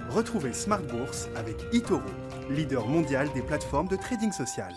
Retrouvez Smart Bourse avec eToro, leader mondial des plateformes de trading social.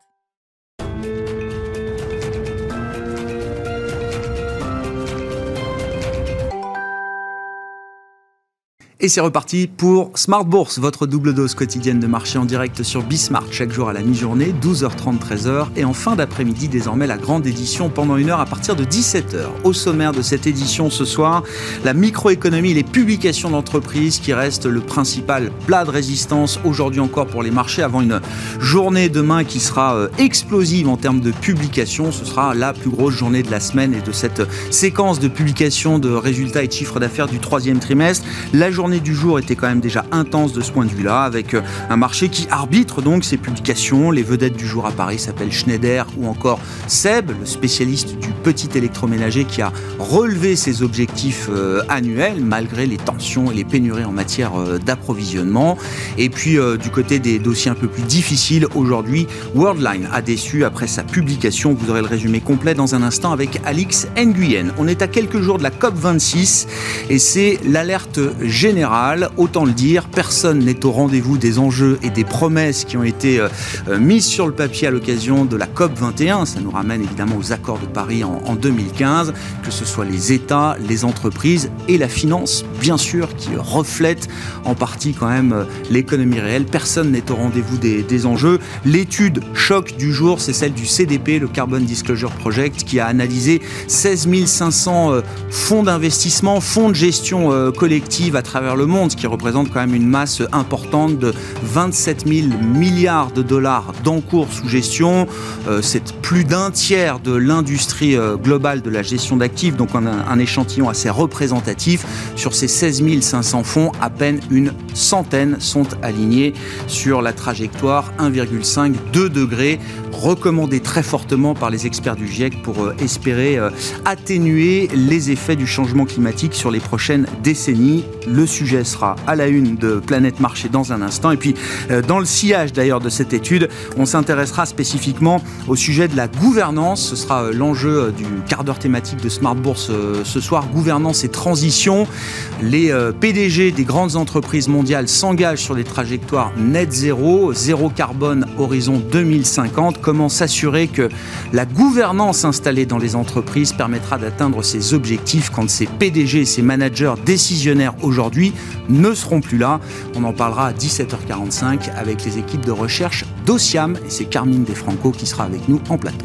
Et c'est reparti pour Smart Bourse, votre double dose quotidienne de marché en direct sur Bismart, chaque jour à la mi-journée, 12h30, 13h, et en fin d'après-midi, désormais la grande édition pendant 1 heure à partir de 17h. Au sommaire de cette édition ce soir, la microéconomie et les publications d'entreprises qui restent le principal plat de résistance aujourd'hui encore pour les marchés avant une journée demain qui sera explosive en termes de publications. Ce sera la plus grosse journée de la semaine et de cette séquence de publications de résultats et de chiffres d'affaires du troisième trimestre. La journée du jour était quand même déjà intense de ce point de vue-là, avec un marché qui arbitre donc ses publications. Les vedettes du jour à Paris s'appellent Schneider ou encore Seb, le spécialiste du petit électroménager qui a relevé ses objectifs annuels malgré les tensions et les pénuries en matière d'approvisionnement. Et puis du côté des dossiers un peu plus difficiles, aujourd'hui, Worldline a déçu après sa publication. Vous aurez le résumé complet dans un instant avec Alix Nguyen. On est à quelques jours de la COP26 et c'est l'alerte générale. Autant le dire, personne n'est au rendez-vous des enjeux et des promesses qui ont été mises sur le papier à l'occasion de la COP21. Ça nous ramène évidemment aux accords de Paris en 2015, que ce soit les États, les entreprises et la finance, bien sûr, qui reflètent en partie quand même l'économie réelle. Personne n'est au rendez-vous des enjeux. L'étude choc du jour, c'est celle du CDP, le Carbon Disclosure Project, qui a analysé 16 500 fonds d'investissement, fonds de gestion collective à travers le monde, ce qui représente quand même une masse importante de 27 000 milliards de dollars d'encours sous gestion. C'est plus d'un tiers de l'industrie globale de la gestion d'actifs, donc on a un échantillon assez représentatif. Sur ces 16 500 fonds, à peine une centaine sont alignés sur la trajectoire 1,5-2 degrés, recommandée très fortement par les experts du GIEC pour espérer atténuer les effets du changement climatique sur les prochaines décennies. Le sujet sera à la une de Planète Marché dans un instant. Et puis, dans le sillage d'ailleurs de cette étude, on s'intéressera spécifiquement au sujet de la gouvernance. Ce sera l'enjeu du quart d'heure thématique de Smart Bourse ce soir. Gouvernance et transition. Les PDG des grandes entreprises mondiales s'engagent sur des trajectoires net zéro, zéro carbone horizon 2050. Comment s'assurer que la gouvernance installée dans les entreprises permettra d'atteindre ces objectifs quand ces PDG et ces managers décisionnaires aujourd'hui ne seront plus là. On en parlera à 17h45 avec les équipes de recherche d'Ociam et c'est Carmine Defranco qui sera avec nous en plateau.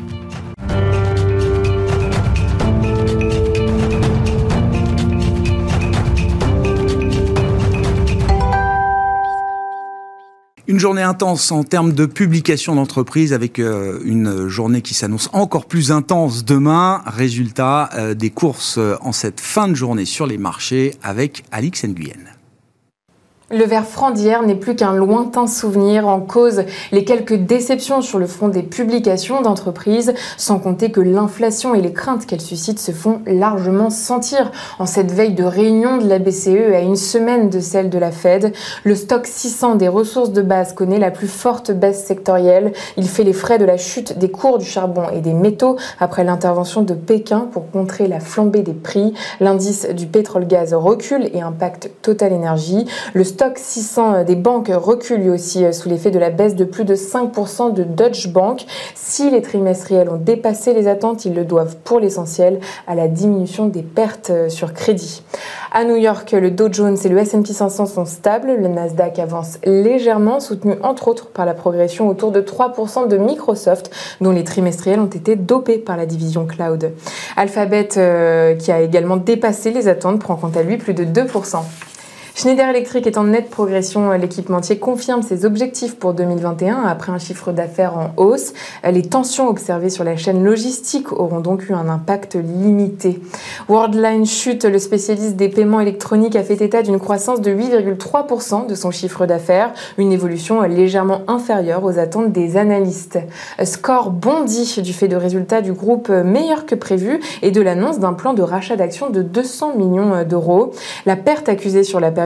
Une journée intense en termes de publication d'entreprise avec une journée qui s'annonce encore plus intense demain. Résultat des courses en cette fin de journée sur les marchés avec Alix Nguyen. Le vert franc d'hier n'est plus qu'un lointain souvenir, en cause les quelques déceptions sur le front des publications d'entreprises, sans compter que l'inflation et les craintes qu'elle suscite se font largement sentir. En cette veille de réunion de la BCE à une semaine de celle de la Fed, le stock 600 des ressources de base connaît la plus forte baisse sectorielle. Il fait les frais de la chute des cours du charbon et des métaux après l'intervention de Pékin pour contrer la flambée des prix. L'indice du pétrole-gaz recule et impacte Total Energy. Le stock 600 des banques recule lui aussi sous l'effet de la baisse de plus de 5% de Deutsche Bank. Si les trimestriels ont dépassé les attentes, ils le doivent pour l'essentiel à la diminution des pertes sur crédit. À New York, le Dow Jones et le S&P 500 sont stables. Le Nasdaq avance légèrement, soutenu entre autres par la progression autour de 3% de Microsoft, dont les trimestriels ont été dopés par la division cloud. Alphabet, qui a également dépassé les attentes, prend quant à lui plus de 2%. Schneider Electric est en nette progression. L'équipementier confirme ses objectifs pour 2021 après un chiffre d'affaires en hausse. Les tensions observées sur la chaîne logistique auront donc eu un impact limité. Worldline chute. Le spécialiste des paiements électroniques a fait état d'une croissance de 8,3% de son chiffre d'affaires, une évolution légèrement inférieure aux attentes des analystes. Score bondit du fait de résultats du groupe meilleurs que prévu et de l'annonce d'un plan de rachat d'actions de 200 millions d'euros. La perte accusée sur la période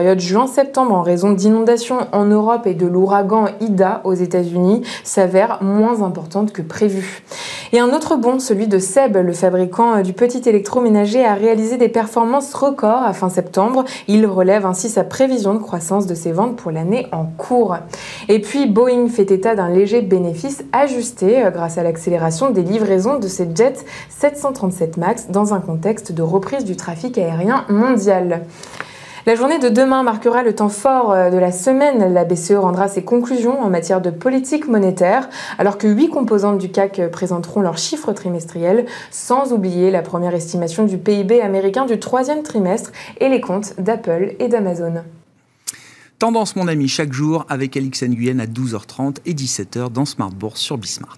période juin-septembre en raison d'inondations en Europe et de l'ouragan Ida aux États-Unis s'avère moins importante que prévu. Et un autre bond, celui de Seb, le fabricant du petit électroménager, a réalisé des performances records à fin septembre. Il relève ainsi sa prévision de croissance de ses ventes pour l'année en cours. Et puis Boeing fait état d'un léger bénéfice ajusté grâce à l'accélération des livraisons de ses jets 737 MAX dans un contexte de reprise du trafic aérien mondial. La journée de demain marquera le temps fort de la semaine. La BCE rendra ses conclusions en matière de politique monétaire, alors que 8 composantes du CAC présenteront leurs chiffres trimestriels, sans oublier la première estimation du PIB américain du 3e trimestre et les comptes d'Apple et d'Amazon. Tendance, mon ami, chaque jour avec Alix Nguyen à 12h30 et 17h dans Smart Bourse sur Bismart.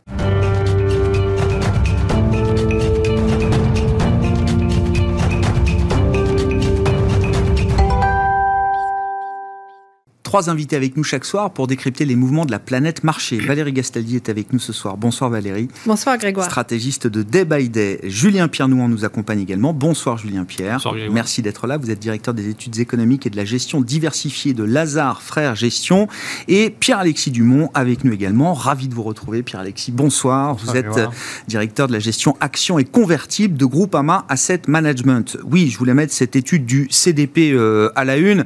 Trois invités avec nous chaque soir pour décrypter les mouvements de la planète marché. Valérie Gastaldi est avec nous ce soir. Bonsoir Valérie. Bonsoir Grégoire. Stratégiste de Day by Day. Julien Pierre-Nouan nous accompagne également. Bonsoir Julien Pierre. Bonsoir Grégoire. Merci d'être là. Vous êtes directeur des études économiques et de la gestion diversifiée de Lazare Frères Gestion. Et Pierre-Alexis Dumont avec nous également. Ravi de vous retrouver Pierre-Alexis. Bonsoir. Vous êtes directeur de la gestion actions et convertibles de Groupama Asset Management. Oui, je voulais mettre cette étude du CDP à la une.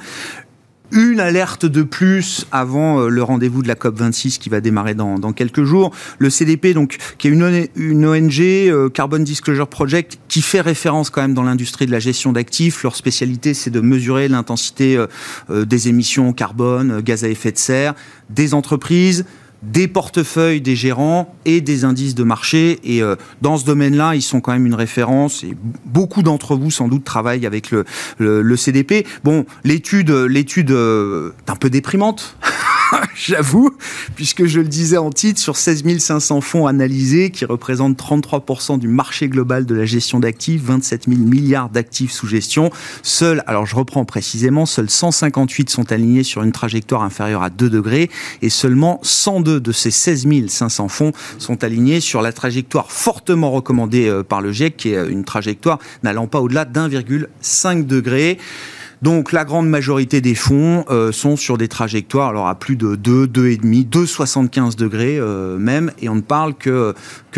Une alerte de plus avant le rendez-vous de la COP26 qui va démarrer dans quelques jours. Le CDP, donc, qui est une ONG, Carbon Disclosure Project, qui fait référence quand même dans l'industrie de la gestion d'actifs. Leur spécialité, c'est de mesurer l'intensité des émissions carbone, gaz à effet de serre, des entreprises, des portefeuilles des gérants et des indices de marché. Et dans ce domaine-là, ils sont quand même une référence. Et beaucoup d'entre vous, sans doute, travaillent avec le CDP. Bon, l'étude est un peu déprimante. J'avoue, puisque je le disais en titre, sur 16 500 fonds analysés qui représentent 33% du marché global de la gestion d'actifs, 27 000 milliards d'actifs sous gestion. Alors je reprends précisément, seuls 158 sont alignés sur une trajectoire inférieure à 2 degrés et seulement 102 de ces 16 500 fonds sont alignés sur la trajectoire fortement recommandée par le GIEC, qui est une trajectoire n'allant pas au-delà d'1,5 degré. Donc la grande majorité des fonds sont sur des trajectoires alors à plus de 2, 2,5, 2,75 degrés même, et on ne parle que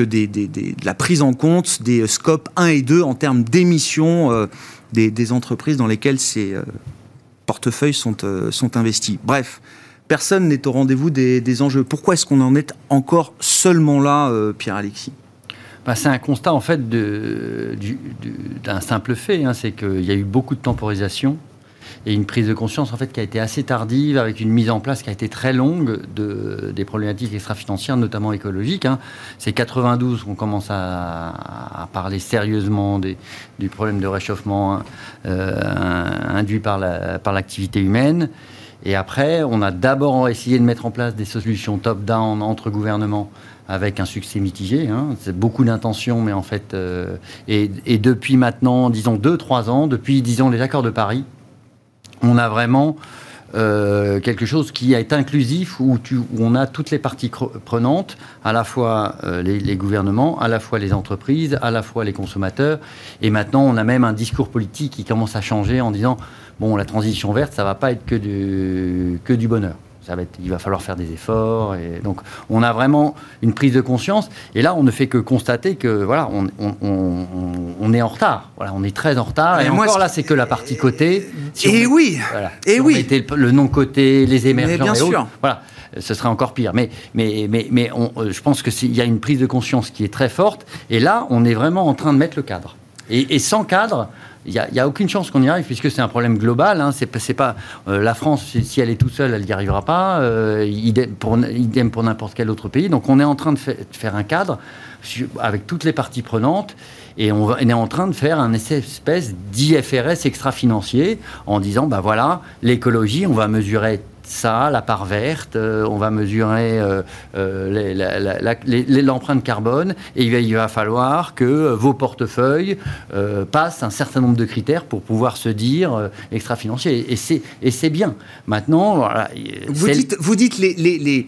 de la prise en compte des scopes 1 et 2 en termes d'émissions des entreprises dans lesquelles ces portefeuilles sont investis. Bref, personne n'est au rendez-vous des enjeux. Pourquoi est-ce qu'on en est encore seulement là, Pierre-Alexis ? C'est un constat en fait d'un simple fait, c'est qu'il y a eu beaucoup de temporisation et une prise de conscience en fait qui a été assez tardive, avec une mise en place qui a été très longue des problématiques extra-financières, notamment écologiques. C'est 92 qu'on commence à parler sérieusement du problème de réchauffement induit par l'activité humaine. Et après, on a d'abord essayé de mettre en place des solutions top-down entre gouvernements, avec un succès mitigé. C'est beaucoup d'intentions, mais en fait... Et depuis maintenant, disons, 2-3 ans, depuis, disons, les accords de Paris, on a vraiment quelque chose qui est inclusif, où on a toutes les parties prenantes, à la fois les gouvernements, à la fois les entreprises, à la fois les consommateurs. Et maintenant, on a même un discours politique qui commence à changer en disant, bon, la transition verte, ça ne va pas être que du bonheur. Il va falloir faire des efforts. Et donc, on a vraiment une prise de conscience. Et là, on ne fait que constater que, voilà, on est en retard. Voilà, on est très en retard. Et encore là, c'est que la partie cotée. On mettait le non coté, les émergents bien et autres, sûr. voilà, ce serait encore pire. Mais je pense qu'il y a une prise de conscience qui est très forte. Et là, on est vraiment en train de mettre le cadre. Et sans cadre, il n'y a aucune chance qu'on y arrive, puisque c'est un problème global. C'est pas la France, si elle est toute seule, elle n'y arrivera pas. Idem pour n'importe quel autre pays. Donc on est en train de faire un cadre avec toutes les parties prenantes, et on est en train de faire un espèce d'IFRS extra-financier en disant, voilà, l'écologie, on va mesurer ça, la part verte, on va mesurer l'empreinte carbone, et il va falloir que vos portefeuilles passent un certain nombre de critères pour pouvoir se dire extra-financier. Et c'est bien. Maintenant, voilà, vous dites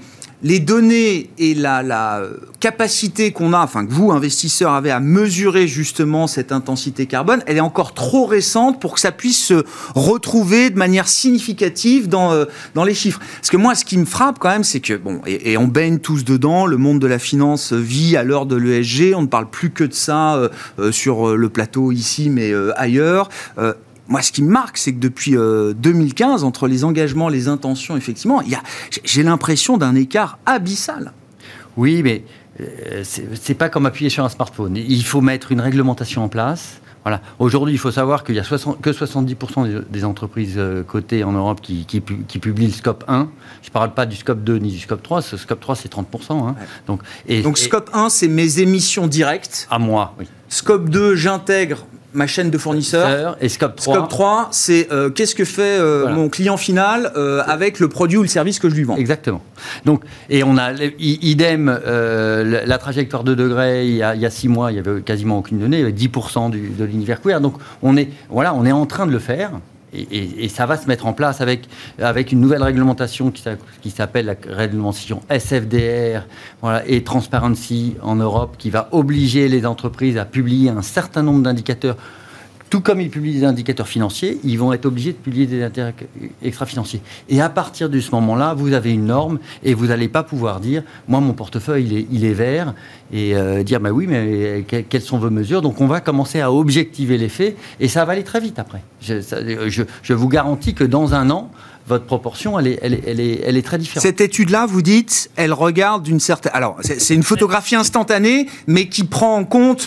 les données et la capacité qu'on a, enfin que vous, investisseurs, avez à mesurer justement cette intensité carbone, elle est encore trop récente pour que ça puisse se retrouver de manière significative dans les chiffres. Parce que moi, ce qui me frappe quand même, c'est que, bon, et on baigne tous dedans, le monde de la finance vit à l'heure de l'ESG, on ne parle plus que de ça sur le plateau ici, mais ailleurs. Moi, ce qui me marque, c'est que depuis 2015, entre les engagements, les intentions, effectivement, j'ai l'impression d'un écart abyssal. Oui, mais c'est pas comme appuyer sur un smartphone. Il faut mettre une réglementation en place. Voilà. Aujourd'hui, il faut savoir qu'il y a que 70% des entreprises cotées en Europe qui publient le scope 1. Je ne parle pas du scope 2 ni du scope 3. Ce scope 3, c'est 30%. Hein. Ouais. Donc, scope 1, c'est mes émissions directes. À moi, oui. Scope 2, j'intègre ma chaîne de fournisseurs. Et scope 3. Scope 3, c'est qu'est-ce que fait mon client final avec le produit ou le service que je lui vends. Exactement. Donc, et on a idem la trajectoire de degrés. Il y a 6 mois, il n'y avait quasiment aucune donnée. Il y avait 10% de l'univers couvert. Donc, on est en train de le faire. Et ça va se mettre en place avec une nouvelle réglementation qui s'appelle la réglementation SFDR et Transparency en Europe, qui va obliger les entreprises à publier un certain nombre d'indicateurs. Tout comme ils publient des indicateurs financiers, ils vont être obligés de publier des indicateurs extra-financiers. Et à partir de ce moment-là, vous avez une norme et vous n'allez pas pouvoir dire « moi, mon portefeuille, il est vert » et dire « oui, mais quelles sont vos mesures ?» Donc, on va commencer à objectiver les faits et ça va aller très vite après. Je vous garantis que dans un an, votre proportion, elle est très différente. Cette étude-là, vous dites, elle regarde d'une certaine... Alors, c'est une photographie instantanée, mais qui prend en compte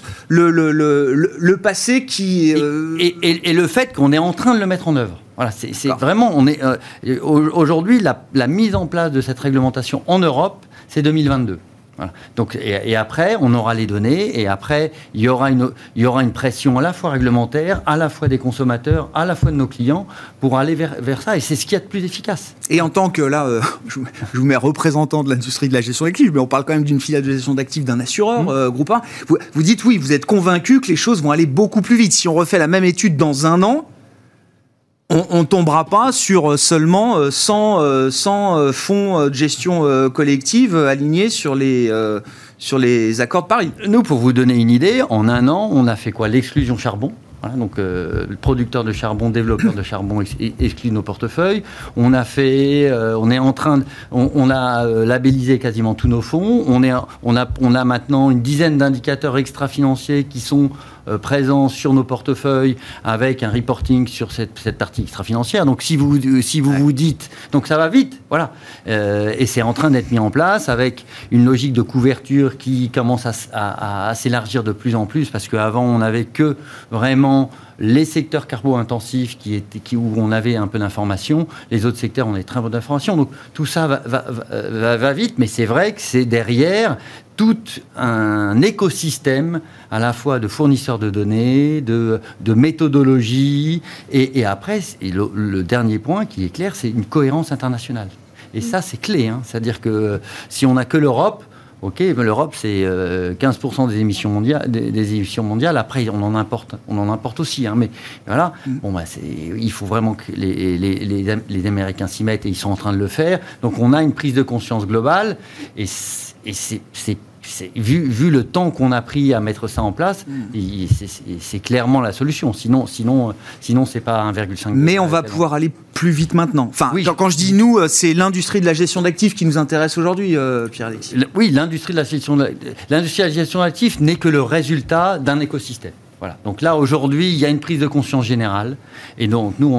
le passé qui... Et le fait qu'on est en train de le mettre en œuvre. Voilà, c'est vraiment... Aujourd'hui, la mise en place de cette réglementation en Europe, c'est 2022. Voilà. Donc, et après, on aura les données, et après, il y aura une pression à la fois réglementaire, à la fois des consommateurs, à la fois de nos clients, pour aller vers ça, et c'est ce qu'il y a de plus efficace. Et en tant que, là, je vous mets représentant de l'industrie de la gestion d'actifs, mais on parle quand même d'une filiale de gestion d'actifs d'un assureur, groupe 1, vous dites oui, vous êtes convaincu que les choses vont aller beaucoup plus vite. Si on refait la même étude dans un an, on ne tombera pas sur seulement 100 fonds de gestion collective alignés sur les accords de Paris. Nous, pour vous donner une idée, en un an, on a fait quoi ? L'exclusion charbon. Voilà, donc, le producteur de charbon, développeur de charbon exclut nos portefeuilles. On a labellisé quasiment tous nos fonds. On a maintenant une dizaine d'indicateurs extra-financiers qui sont présents sur nos portefeuilles avec un reporting sur cette partie extra-financière. Donc, si vous vous dites... Donc, ça va vite, voilà. Et c'est en train d'être mis en place avec une logique de couverture qui commence à s'élargir de plus en plus, parce qu'avant, on n'avait que vraiment les secteurs carbo-intensifs où on avait un peu d'informations. Les autres secteurs, on avait très peu d'informations. Donc, tout ça va vite, mais c'est vrai que c'est derrière tout un écosystème à la fois de fournisseurs de données, de méthodologie, et après, le dernier point qui est clair, c'est une cohérence internationale. Et ça, c'est clé. Hein. C'est-à-dire que si on n'a que l'Europe, ok, l'Europe, c'est 15% des émissions mondiales. Après, on en importe aussi. Hein, mais voilà, il faut vraiment que les Américains s'y mettent, et ils sont en train de le faire. Donc, on a une prise de conscience globale, et vu le temps qu'on a pris à mettre ça en place, c'est clairement la solution. Sinon c'est pas 1,5. Mais on va pouvoir aller plus vite maintenant. Enfin, oui, quand je dis nous, c'est l'industrie de la gestion d'actifs qui nous intéresse aujourd'hui, Pierre-Alexis. Oui, l'industrie de la gestion d'actifs n'est que le résultat d'un écosystème. Voilà. Donc là, aujourd'hui, il y a une prise de conscience générale, et donc nous,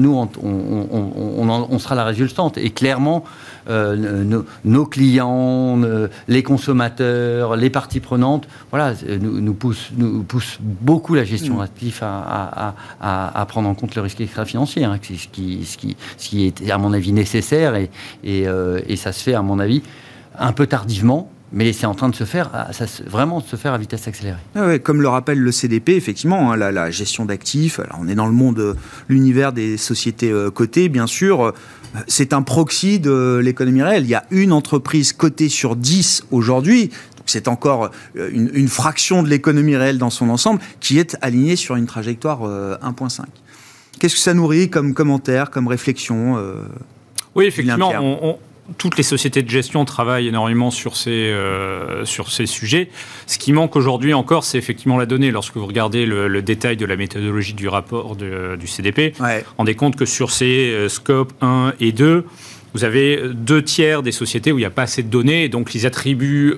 on sera la résultante. Et clairement, nos clients, les consommateurs, les parties prenantes, voilà, nous poussent beaucoup la gestion d'actifs à prendre en compte le risque extra-financier, hein, ce qui est, à mon avis, nécessaire, et ça se fait, à mon avis, un peu tardivement. Mais c'est en train de se faire, vraiment de se faire à vitesse accélérée. Ouais, comme le rappelle le CDP, effectivement, hein, la gestion d'actifs, alors on est dans le monde, l'univers des sociétés cotées, bien sûr, c'est un proxy de l'économie réelle. Il y a une entreprise cotée sur 10 aujourd'hui, donc c'est encore une fraction de l'économie réelle dans son ensemble, qui est alignée sur une trajectoire 1.5. Qu'est-ce que ça nourrit comme commentaire, comme réflexion Oui, effectivement, toutes les sociétés de gestion travaillent énormément sur ces sujets. Ce qui manque aujourd'hui encore, c'est effectivement la donnée. Lorsque vous regardez le détail de la méthodologie du rapport du CDP, vous vous rendez compte que sur ces scopes 1 et 2, vous avez 2/3 des sociétés où il n'y a pas assez de données, et donc ils attribuent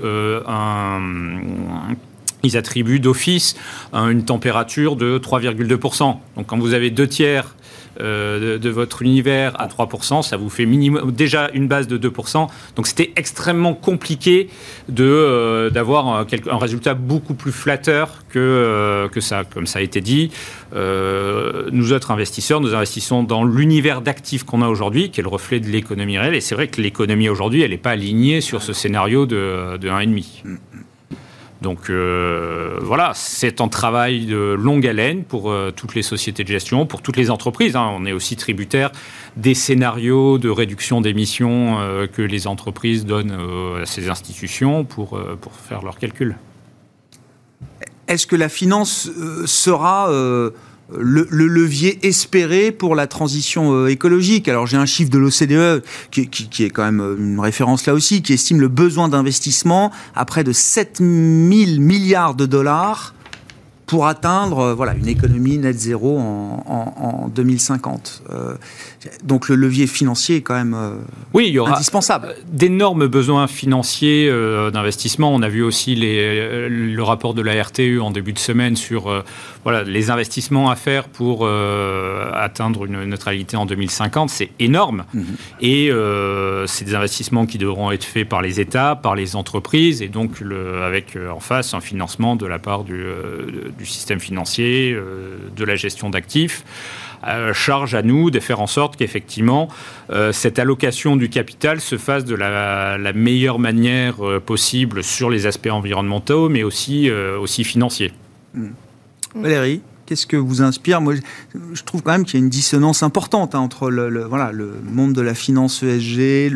d'office une température de 3,2%. Donc quand vous avez 2/3 de votre univers à 3%, ça vous fait minimum déjà une base de 2%. Donc c'était extrêmement compliqué d'avoir un résultat beaucoup plus flatteur que ça. Comme ça a été dit, nous autres investisseurs, nous investissons dans l'univers d'actifs qu'on a aujourd'hui, qui est le reflet de l'économie réelle. Et c'est vrai que l'économie aujourd'hui, elle n'est pas alignée sur ce scénario de 1,5. Donc voilà, c'est un travail de longue haleine pour toutes les sociétés de gestion, pour toutes les entreprises. On est aussi tributaire des scénarios de réduction d'émissions que les entreprises donnent à ces institutions pour faire leurs calculs. Est-ce que la finance sera le levier espéré pour la transition écologique? Alors j'ai un chiffre de l'OCDE qui est quand même une référence là aussi, qui estime le besoin d'investissement à près de 7 000 milliards de dollars pour atteindre une économie net zéro en 2050. Donc le levier financier est quand même il y aura indispensable. D'énormes besoins financiers d'investissement. On a vu aussi le rapport de la RTE en début de semaine sur les investissements à faire pour atteindre une neutralité en 2050. C'est énorme. Et c'est des investissements qui devront être faits par les États, par les entreprises, et donc avec en face un financement de la part du système financier, de la gestion d'actifs. Charge à nous de faire en sorte qu'effectivement cette allocation du capital se fasse de la meilleure manière possible sur les aspects environnementaux, mais aussi financiers. Valérie, qu'est-ce que vous inspire? Moi, je trouve quand même qu'il y a une dissonance importante entre le monde de la finance ESG,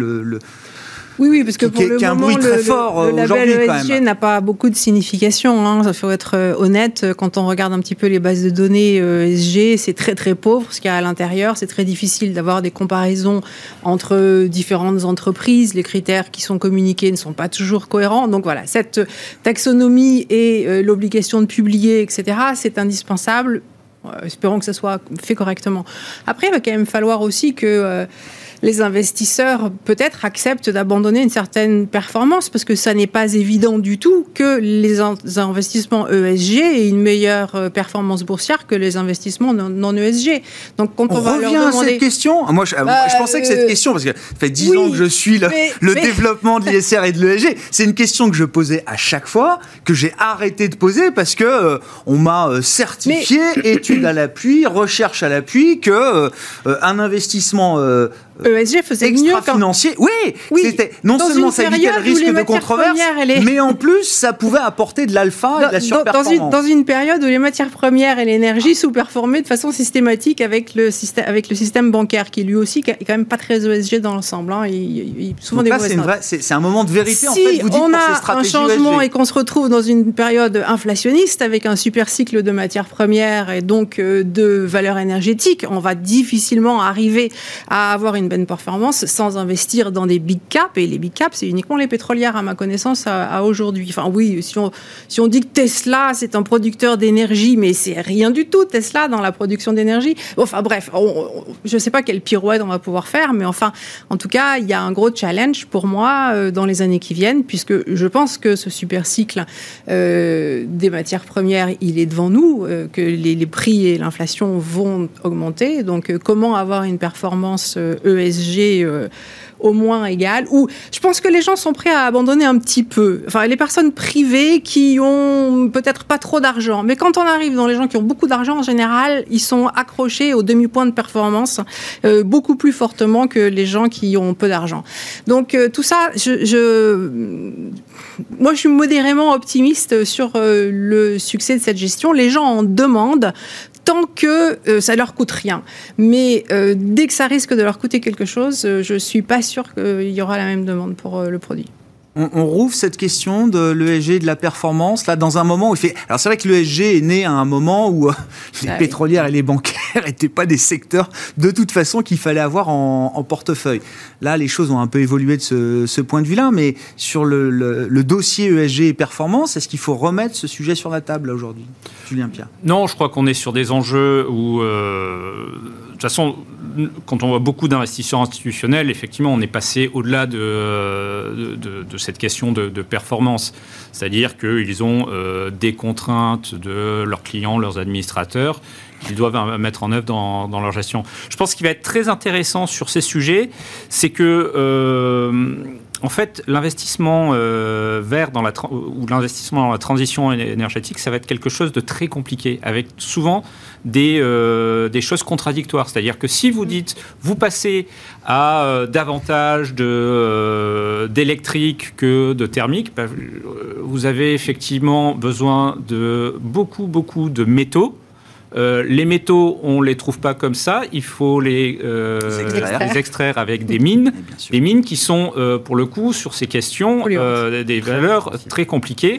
Oui, parce que pour le moment, le label ESG n'a pas beaucoup de signification. Ça faut être honnête. Quand on regarde un petit peu les bases de données ESG, c'est très très pauvre ce qu'il y a à l'intérieur. C'est très difficile d'avoir des comparaisons entre différentes entreprises. Les critères qui sont communiqués ne sont pas toujours cohérents. Donc voilà, cette taxonomie et l'obligation de publier, etc., c'est indispensable. Espérons que ça soit fait correctement. Après, il va quand même falloir aussi que les investisseurs peut-être acceptent d'abandonner une certaine performance, parce que ça n'est pas évident du tout que les investissements ESG aient une meilleure performance boursière que les investissements non ESG. Donc quand on va leur demander... à cette question. Moi, je pensais que cette question, parce que ça fait 10 ans que je suis le développement de l'ISR et de l'ESG, c'est une question que je posais à chaque fois, que j'ai arrêté de poser parce que on m'a certifié, études à l'appui, recherche à l'appui, que un investissement ESG faisait mieux extra-financier. Oui, c'était non seulement ça évitait le risque de controverse, mais en plus ça pouvait apporter de l'alpha et de la surperformance. Dans une période où les matières premières et l'énergie sous-performaient de façon systématique avec le système bancaire, qui lui aussi est quand même pas très ESG dans l'ensemble. Souvent donc là, c'est un moment de vérité, en fait, vous dites, on pour ces a stratégies un changement ESG. Et qu'on se retrouve dans une période inflationniste avec un super cycle de matières premières et donc de valeurs énergétiques, on va difficilement arriver à avoir une bonne performance sans investir dans des big caps. Et les big caps, c'est uniquement les pétrolières, à ma connaissance, à aujourd'hui. Enfin oui, si on dit que Tesla, c'est un producteur d'énergie, mais c'est rien du tout, Tesla, dans la production d'énergie. Enfin bref, je ne sais pas quelle pirouette on va pouvoir faire, mais enfin, en tout cas, il y a un gros challenge pour moi dans les années qui viennent, puisque je pense que ce super cycle des matières premières, il est devant nous, que les prix et l'inflation vont augmenter. Donc, comment avoir une performance ESG au moins égale, ou je pense que les gens sont prêts à abandonner un petit peu. Enfin, les personnes privées qui ont peut-être pas trop d'argent, mais quand on arrive dans les gens qui ont beaucoup d'argent, en général, ils sont accrochés au demi-point de performance beaucoup plus fortement que les gens qui ont peu d'argent. Donc, tout ça, moi, je suis modérément optimiste sur le succès de cette gestion. Les gens en demandent tant que ça leur coûte rien. Mais dès que ça risque de leur coûter quelque chose, je suis pas sûre qu'il y aura la même demande pour le produit. On rouvre cette question de l'ESG et de la performance, là, dans un moment où il fait... Alors, c'est vrai que l'ESG est né à un moment où les pétrolières et les bancaires n'étaient pas des secteurs, de toute façon, qu'il fallait avoir en portefeuille. Là, les choses ont un peu évolué de ce point de vue-là, mais sur le dossier ESG et performance, est-ce qu'il faut remettre ce sujet sur la table, là, aujourd'hui ? Julien Piat. Non, je crois qu'on est sur des enjeux où... de toute façon, quand on voit beaucoup d'investisseurs institutionnels, effectivement, on est passé au-delà de cette question de performance. C'est-à-dire qu'ils ont des contraintes de leurs clients, leurs administrateurs, qu'ils doivent mettre en œuvre dans leur gestion. Je pense qu'il va être très intéressant sur ces sujets, c'est que... en fait, l'investissement vert ou l'investissement dans la transition énergétique, ça va être quelque chose de très compliqué, avec souvent des choses contradictoires. C'est-à-dire que si vous dites, vous passez à davantage d'électrique que de thermique, vous avez effectivement besoin de beaucoup de métaux. Les métaux, on ne les trouve pas comme ça. Il faut les extraire avec des mines. Des mines qui sont, pour le coup, sur ces questions, des valeurs très compliquées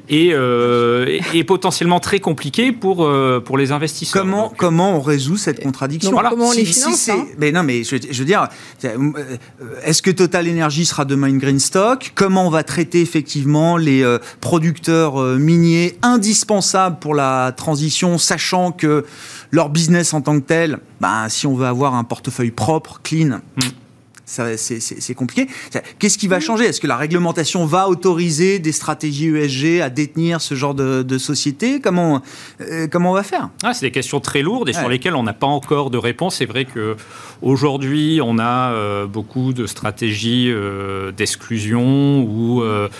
et potentiellement très compliquées pour les investisseurs. Comment on résout cette contradiction ? Comment on les finance Mais non, mais je veux dire, est-ce que Total Energy sera demain une green stock ? Comment on va traiter effectivement les producteurs miniers indispensables pour la transition, sachant que leur business en tant que tel, si on veut avoir un portefeuille propre, clean, c'est compliqué. Qu'est-ce qui va changer ? Est-ce que la réglementation va autoriser des stratégies ESG à détenir ce genre de société ? Comment on va faire ? C'est des questions très lourdes et sur lesquelles on n'a pas encore de réponse. C'est vrai qu'aujourd'hui, on a beaucoup de stratégies d'exclusion ou...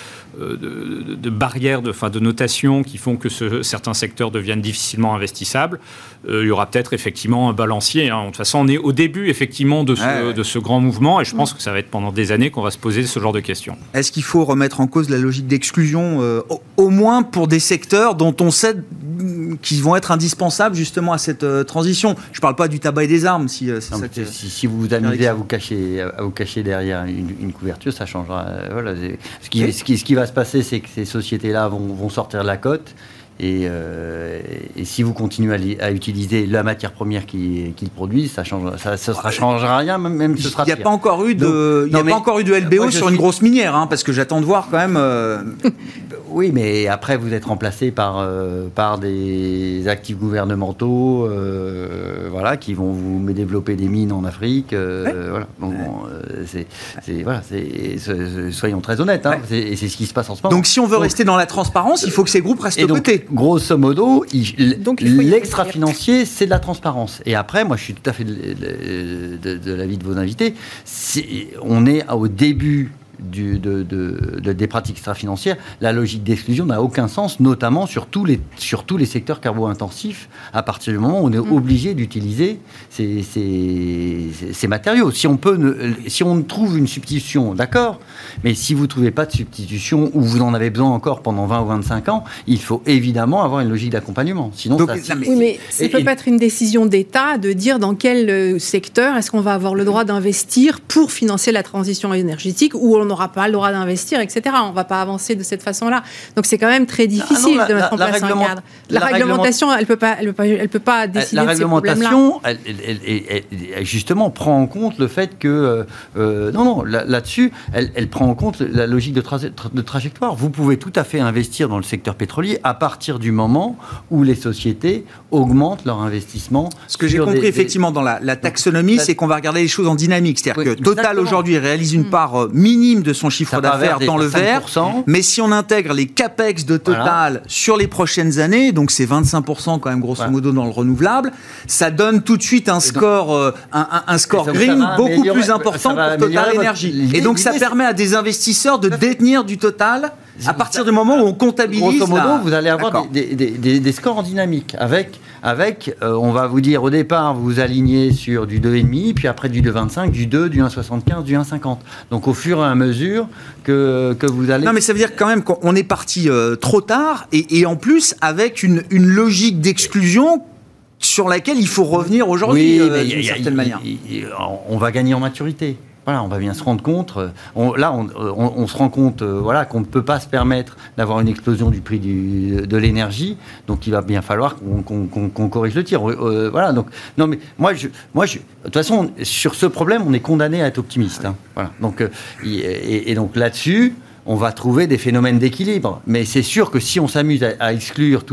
de barrières, de notation qui font que certains secteurs deviennent difficilement investissables. Il y aura peut-être effectivement un balancier. De toute façon, on est au début effectivement de ce grand mouvement et je pense que ça va être pendant des années qu'on va se poser ce genre de questions. Est-ce qu'il faut remettre en cause la logique d'exclusion, au moins pour des secteurs dont on sait qu'ils vont être indispensables justement à cette transition ? Je ne parle pas du tabac et des armes. Si vous vous amusez à vous cacher derrière une couverture, ça changera. Voilà. Ce qui va se passer, c'est que ces sociétés-là vont sortir de la cote. Et si vous continuez à utiliser la matière première qu'ils produisent, ça ne changera rien, même ce sera. Il n'y a pas encore eu de LBO sur une grosse minière, parce que j'attends de voir quand même. Oui, mais après vous êtes remplacé par des actifs gouvernementaux, qui vont vous développer des mines en Afrique. Soyons très honnêtes, et c'est ce qui se passe en ce moment. Donc si on veut rester dans la transparence, il faut que ces groupes restent cotés. Grosso modo, l'extra-financier, c'est de la transparence. Et après, moi, je suis tout à fait de l'avis de vos invités. On est au début des pratiques extra-financières. La logique d'exclusion n'a aucun sens, notamment sur tous les secteurs carbo-intensifs, à partir du moment où on est obligé d'utiliser ces matériaux. Si on trouve une substitution, d'accord, mais si vous ne trouvez pas de substitution ou vous en avez besoin encore pendant 20 ou 25 ans, il faut évidemment avoir une logique d'accompagnement. Sinon, mais ça ne peut pas être une décision d'État de dire dans quel secteur est-ce qu'on va avoir le droit d'investir pour financer la transition énergétique ou on n'aura pas le droit d'investir, etc. On ne va pas avancer de cette façon-là. Donc c'est quand même très difficile de mettre en place un cadre. La réglementation, elle peut pas décider de ces problèmes-là. La réglementation, elle justement prend en compte le fait que là-dessus, elle prend en compte la logique de trajectoire. Vous pouvez tout à fait investir dans le secteur pétrolier à partir du moment où les sociétés augmentent leur investissement. Ce que j'ai compris effectivement dans la taxonomie, c'est qu'on va regarder les choses en dynamique. C'est-à-dire que Total aujourd'hui réalise une part minime de son chiffre d'affaires dans le vert, mais si on intègre les capex de Total sur les prochaines années, donc c'est 25% quand même grosso modo dans le renouvelable, ça donne tout de suite un score green beaucoup plus important pour Total Energy. Et donc ça permet à des investisseurs de détenir du Total à partir du moment où on comptabilise. Grosso modo, vous allez avoir des scores en dynamique avec on va vous dire au départ, vous vous alignez sur du 2,5, puis après du 2,25, du 2, du 1,75, du 1,50. Donc au fur et à mesure que vous allez... Non, mais ça veut dire quand même qu'on est parti trop tard et en plus avec une logique d'exclusion sur laquelle il faut revenir aujourd'hui d'une certaine manière. On va gagner en maturité. Voilà, on va bien se rendre compte. On se rend compte, qu'on ne peut pas se permettre d'avoir une explosion du prix de l'énergie. Donc, il va bien falloir qu'on corrige le tir. Voilà. Donc, non, mais moi, de toute façon, sur ce problème, on est condamné à être optimiste. Hein. Voilà. Donc, et donc là-dessus, on va trouver des phénomènes d'équilibre. Mais c'est sûr que si on s'amuse à exclure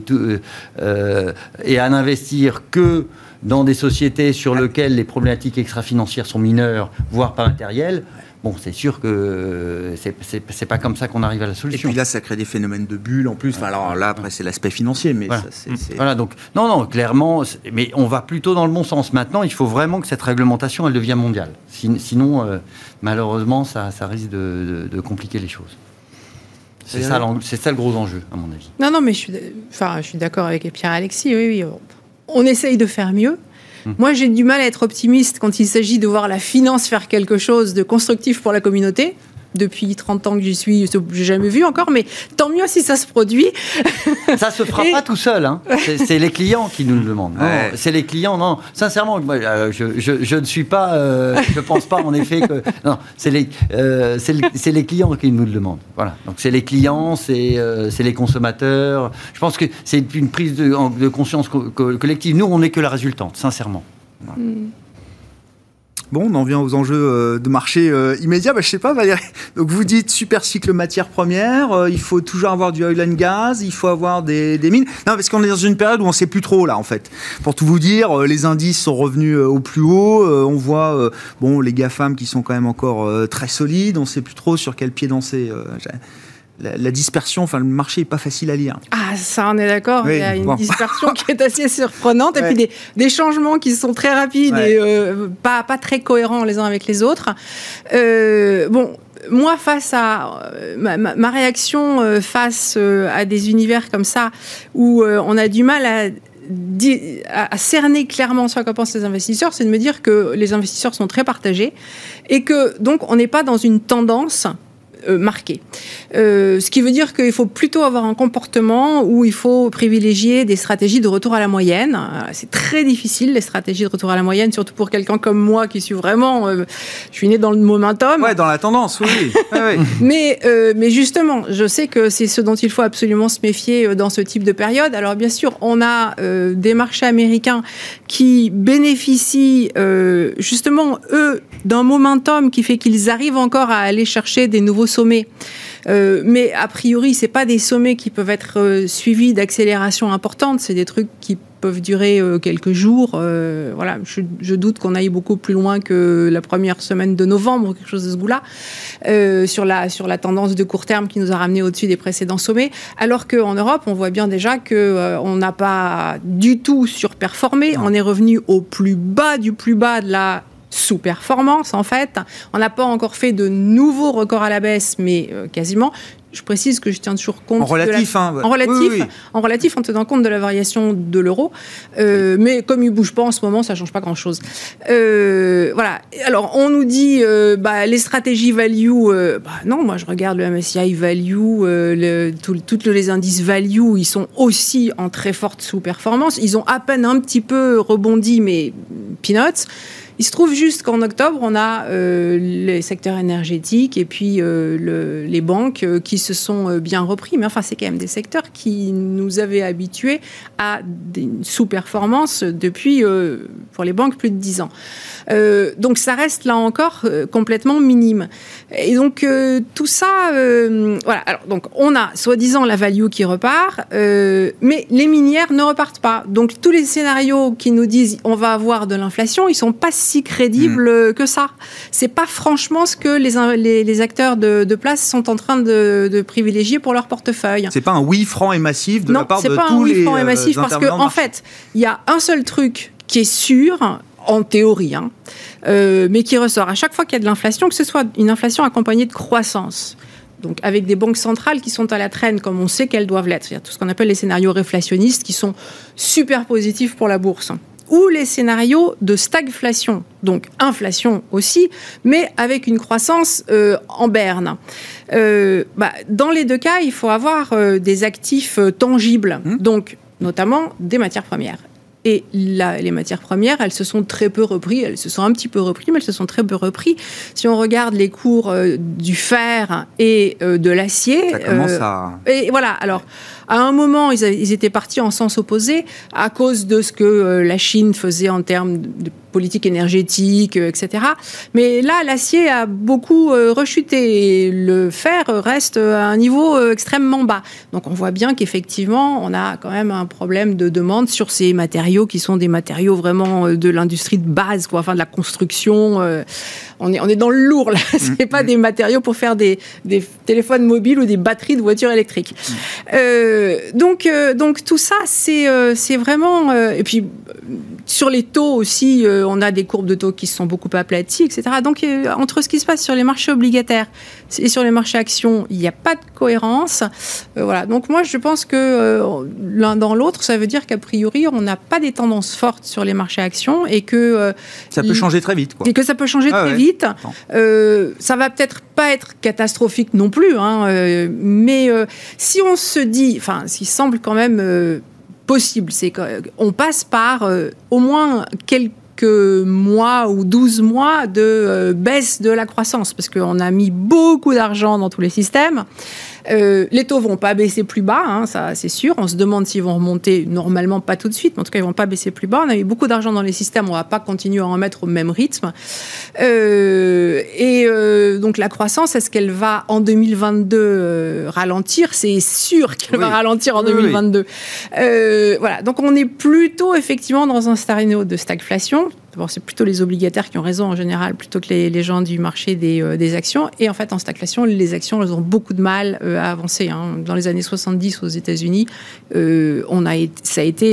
et à n'investir que dans des sociétés sur lesquelles les problématiques extra-financières sont mineures, voire pas matérielles, bon, c'est sûr que c'est pas comme ça qu'on arrive à la solution. Et puis là, ça crée des phénomènes de bulles en plus. Enfin, alors là, après, c'est l'aspect financier, mais voilà. Ça, c'est... Voilà, donc, non, clairement, mais on va plutôt dans le bon sens. Maintenant, il faut vraiment que cette réglementation, elle devienne mondiale. Sinon, malheureusement, ça risque de compliquer les choses. C'est ça le gros enjeu, à mon avis. Non, mais je suis d'accord avec Pierre-Alexis, oui. On essaye de faire mieux. Moi, j'ai du mal à être optimiste quand il s'agit de voir la finance faire quelque chose de constructif pour la communauté. Depuis 30 ans que j'y suis, j'ai jamais vu encore, mais tant mieux si ça se produit. Ça se fera pas tout seul, hein. C'est les clients qui nous le demandent. Non, c'est les clients, non. Sincèrement, moi, je ne suis pas, je pense pas en effet que, non, c'est les clients qui nous le demandent. Voilà. Donc c'est les clients, c'est les consommateurs. Je pense que c'est une prise de conscience collective. Nous, on n'est que la résultante, sincèrement. Voilà. Bon, on en vient aux enjeux de marché immédiats. Je sais pas, Valérie. Donc, vous dites super cycle matières premières. Il faut toujours avoir du oil and gas. Il faut avoir des mines. Non, parce qu'on est dans une période où on ne sait plus trop, là, en fait. Pour tout vous dire, les indices sont revenus au plus haut. On voit, les GAFAM qui sont quand même encore très solides. On ne sait plus trop sur quel pied danser. La dispersion, le marché n'est pas facile à lire. Ah, ça, on est d'accord. Oui, il y a une dispersion qui est assez surprenante. Et puis des changements qui sont très rapides et pas très cohérents les uns avec les autres. Moi, face à ma réaction face à des univers comme ça, où on a du mal à cerner clairement ce qu'en pensent les investisseurs, c'est de me dire que les investisseurs sont très partagés et que, donc, on n'est pas dans une tendance marqué. Ce qui veut dire qu'il faut plutôt avoir un comportement où il faut privilégier des stratégies de retour à la moyenne. C'est très difficile, les stratégies de retour à la moyenne, surtout pour quelqu'un comme moi qui suis vraiment... je suis né dans le momentum. Ouais, dans la tendance, oui. Mais justement, je sais que c'est ce dont il faut absolument se méfier dans ce type de période. Alors bien sûr, on a des marchés américains qui bénéficient justement, eux, d'un momentum qui fait qu'ils arrivent encore à aller chercher des nouveaux sommets. Mais a priori, c'est pas des sommets qui peuvent être suivis d'accélération importante. C'est des trucs qui peuvent durer quelques jours. Voilà, je doute qu'on aille beaucoup plus loin que la première semaine de novembre ou quelque chose de ce goût-là sur la tendance de court terme qui nous a ramené au-dessus des précédents sommets. Alors qu'en Europe, on voit bien déjà qu'on n'a pas du tout surperformé. On est revenu au plus bas du plus bas de la sous-performance, en fait. On n'a pas encore fait de nouveaux records à la baisse, mais quasiment. Je précise que je tiens toujours compte... En relatif, en relatif, en tenant compte de la variation de l'euro. Mais comme il ne bouge pas en ce moment, ça ne change pas grand-chose. Voilà. Alors, on nous dit, les stratégies value... non, moi, je regarde le MSCI value, tous les indices value, ils sont aussi en très forte sous-performance. Ils ont à peine un petit peu rebondi, mais peanuts. Il se trouve juste qu'en octobre, on a les secteurs énergétiques et puis les banques qui se sont bien repris. Mais enfin, c'est quand même des secteurs qui nous avaient habitués à des sous-performances depuis, pour les banques, plus de 10 ans. Donc, ça reste là encore complètement minime. Et donc, tout ça... voilà. Alors, donc, on a, soi-disant, la value qui repart, mais les minières ne repartent pas. Donc, tous les scénarios qui nous disent on va avoir de l'inflation, ils ne sont pas si crédible que ça. C'est pas franchement ce que les acteurs de place sont en train de privilégier pour leur portefeuille. C'est pas un oui franc et massif de la part de tous les... Non, c'est pas un oui franc et massif parce qu'en fait, il y a un seul truc qui est sûr, en théorie, mais qui ressort à chaque fois qu'il y a de l'inflation, que ce soit une inflation accompagnée de croissance. Donc, avec des banques centrales qui sont à la traîne, comme on sait qu'elles doivent l'être. C'est-à-dire tout ce qu'on appelle les scénarios réflationnistes qui sont super positifs pour la bourse. Ou les scénarios de stagflation, donc inflation aussi, mais avec une croissance en berne. Dans les deux cas, il faut avoir des actifs tangibles, donc notamment des matières premières. Et les matières premières, elles se sont très peu repris. Elles se sont un petit peu repris, mais elles se sont très peu repris. Si on regarde les cours du fer et de l'acier... Ça commence à... Et voilà, alors... À un moment, ils étaient partis en sens opposé à cause de ce que la Chine faisait en termes de politique énergétique, etc. Mais là, l'acier a beaucoup rechuté et le fer reste à un niveau extrêmement bas. Donc on voit bien qu'effectivement, on a quand même un problème de demande sur ces matériaux qui sont des matériaux vraiment de l'industrie de base, quoi, enfin de la construction. On est dans le lourd, là. C'est pas des matériaux pour faire des téléphones mobiles ou des batteries de voitures électriques. Donc tout ça, c'est vraiment... et puis, sur les taux aussi, on a des courbes de taux qui se sont beaucoup aplaties, etc. Donc, entre ce qui se passe sur les marchés obligataires et sur les marchés actions, il n'y a pas de cohérence. Voilà. Donc, moi, je pense que l'un dans l'autre, ça veut dire qu'a priori, on n'a pas des tendances fortes sur les marchés actions et que... ça peut changer très vite, quoi. Et que ça peut changer très vite. Ça va peut-être pas être catastrophique non plus, hein, mais si on se dit... Enfin, ce qui semble quand même possible, c'est qu'on passe par au moins quelques mois ou 12 mois de baisse de la croissance, parce qu'on a mis beaucoup d'argent dans tous les systèmes. Les taux vont pas baisser plus bas, hein, ça c'est sûr. On se demande s'ils vont remonter, normalement pas tout de suite, mais en tout cas ils vont pas baisser plus bas. On a mis beaucoup d'argent dans les systèmes, on va pas continuer à en mettre au même rythme. Donc la croissance, est-ce qu'elle va en 2022 ralentir ? C'est sûr qu'elle va ralentir en 2022. Voilà, donc on est plutôt effectivement dans un scénario de stagflation. D'abord, c'est plutôt les obligataires qui ont raison en général, plutôt que les gens du marché des actions. Et en fait, en stagflation, les actions, elles ont beaucoup de mal à avancer. Hein. Dans les années 70 aux États-Unis, ça a été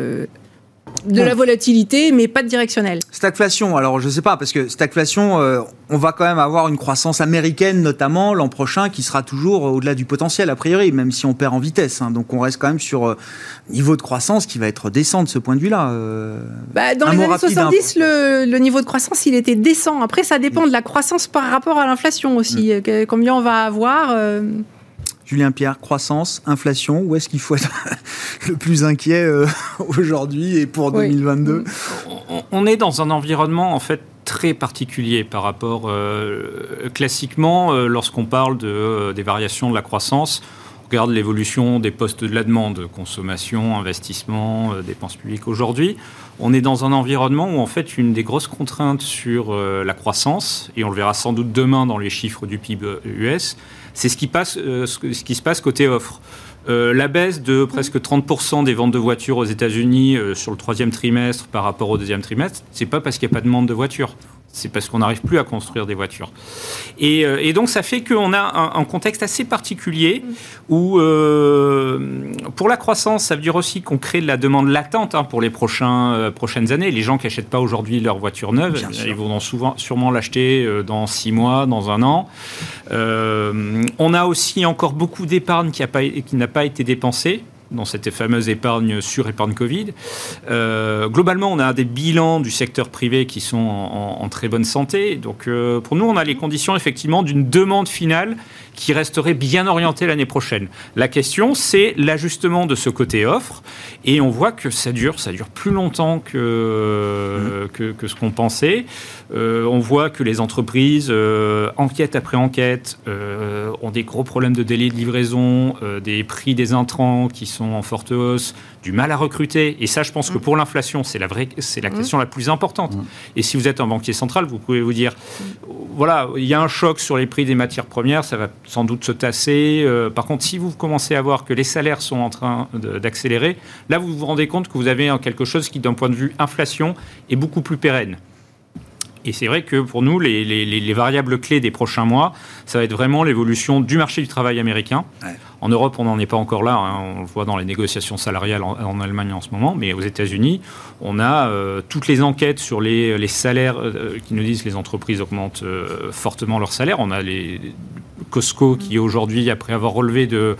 la volatilité, mais pas de directionnel. Stagflation, alors je ne sais pas, parce que stagflation, on va quand même avoir une croissance américaine, notamment l'an prochain, qui sera toujours au-delà du potentiel, a priori, même si on perd en vitesse. Hein. Donc on reste quand même sur un niveau de croissance qui va être décent de ce point de vue-là. Dans les années 70, le niveau de croissance, il était décent. Après, ça dépend de la croissance par rapport à l'inflation aussi. Combien on va avoir Julien Pierre, croissance, inflation, où est-ce qu'il faut être le plus inquiet aujourd'hui et pour 2022 ? On est dans un environnement en fait très particulier par rapport classiquement lorsqu'on parle des variations de la croissance. On regarde l'évolution des postes de la demande, consommation, investissement, dépenses publiques. Aujourd'hui, on est dans un environnement où en fait une des grosses contraintes sur la croissance, et on le verra sans doute demain dans les chiffres du PIB US, c'est ce qui se passe côté offre. La baisse de presque 30% des ventes de voitures aux États-Unis sur le troisième trimestre par rapport au deuxième trimestre, c'est pas parce qu'il n'y a pas de demande de voitures. C'est parce qu'on n'arrive plus à construire des voitures. Et donc, ça fait qu'on a un contexte assez particulier où, pour la croissance, ça veut dire aussi qu'on crée de la demande latente pour les prochaines années. Les gens qui n'achètent pas aujourd'hui leur voiture neuve, ils vont sûrement l'acheter dans 6 mois, dans 1 an. On a aussi encore beaucoup d'épargne qui n'a pas été dépensée dans cette fameuse surépargne Covid. Globalement, on a des bilans du secteur privé qui sont en très bonne santé. Donc, pour nous, on a les conditions, effectivement, d'une demande finale qui resterait bien orientée l'année prochaine. La question, c'est l'ajustement de ce côté offre. Et on voit que ça dure plus longtemps que ce qu'on pensait. On voit que les entreprises, enquête après enquête, ont des gros problèmes de délai de livraison, des prix des intrants qui sont en forte hausse, du mal à recruter. Et ça, je pense que pour l'inflation, c'est la question la plus importante. Et si vous êtes un banquier central, vous pouvez vous dire, voilà, il y a un choc sur les prix des matières premières, ça va sans doute se tasser. Par contre, si vous commencez à voir que les salaires sont en train d'accélérer, là, vous vous rendez compte que vous avez quelque chose qui, d'un point de vue inflation, est beaucoup plus pérenne. Et c'est vrai que pour nous, les variables clés des prochains mois, ça va être vraiment l'évolution du marché du travail américain. Ouais. En Europe, on n'en est pas encore là. On le voit dans les négociations salariales en Allemagne en ce moment. Mais aux États-Unis, on a toutes les enquêtes sur les salaires qui nous disent que les entreprises augmentent fortement leurs salaires. On a les Costco qui, aujourd'hui, après avoir relevé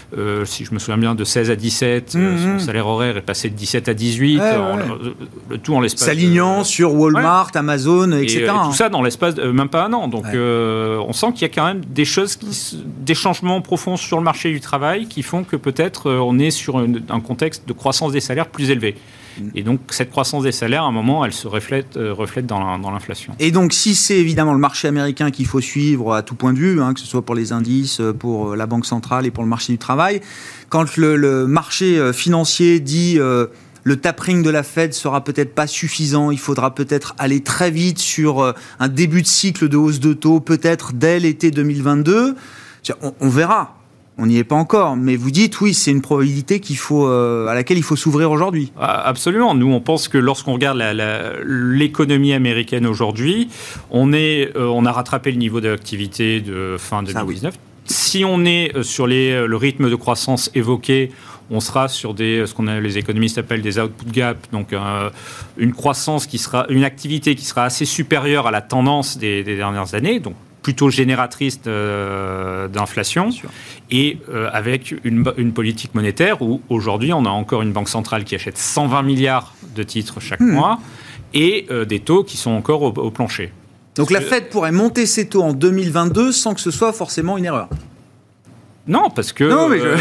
si je me souviens bien, de 16 à 17. Son salaire horaire est passé de 17 à 18. Le tout en l'espace... S'alignant sur Walmart, Amazon, etc. Et tout ça dans l'espace de même pas un an. Donc on sent qu'il y a quand même des choses, des changements profonds sur le marché du travail qui font que peut-être on est sur un contexte de croissance des salaires plus élevé. Et donc, cette croissance des salaires, à un moment, elle se reflète dans l'inflation. Et donc, si c'est évidemment le marché américain qu'il faut suivre à tout point de vue, que ce soit pour les indices, pour la Banque centrale et pour le marché du travail, quand le marché financier dit le tapering de la Fed sera peut-être pas suffisant, il faudra peut-être aller très vite sur un début de cycle de hausse de taux, peut-être dès l'été 2022, on verra. On n'y est pas encore, mais vous dites, oui, c'est une probabilité à laquelle il faut s'ouvrir aujourd'hui. Absolument. Nous, on pense que lorsqu'on regarde l'économie américaine aujourd'hui, on a rattrapé le niveau d'activité de fin 2019. Si on est sur le rythme de croissance évoqué, on sera sur ce les économistes appellent des output gaps, donc une croissance une activité qui sera assez supérieure à la tendance des dernières années, donc plutôt génératrice d'inflation, et avec une politique monétaire où aujourd'hui on a encore une banque centrale qui achète 120 milliards de titres chaque mois et des taux qui sont encore au plancher. Donc la Fed pourrait monter ses taux en 2022 sans que ce soit forcément une erreur. Non, parce que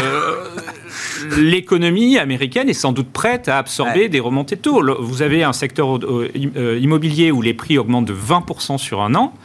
l'économie américaine est sans doute prête à absorber des remontées de taux. Vous avez un secteur immobilier où les prix augmentent de 20% sur un an.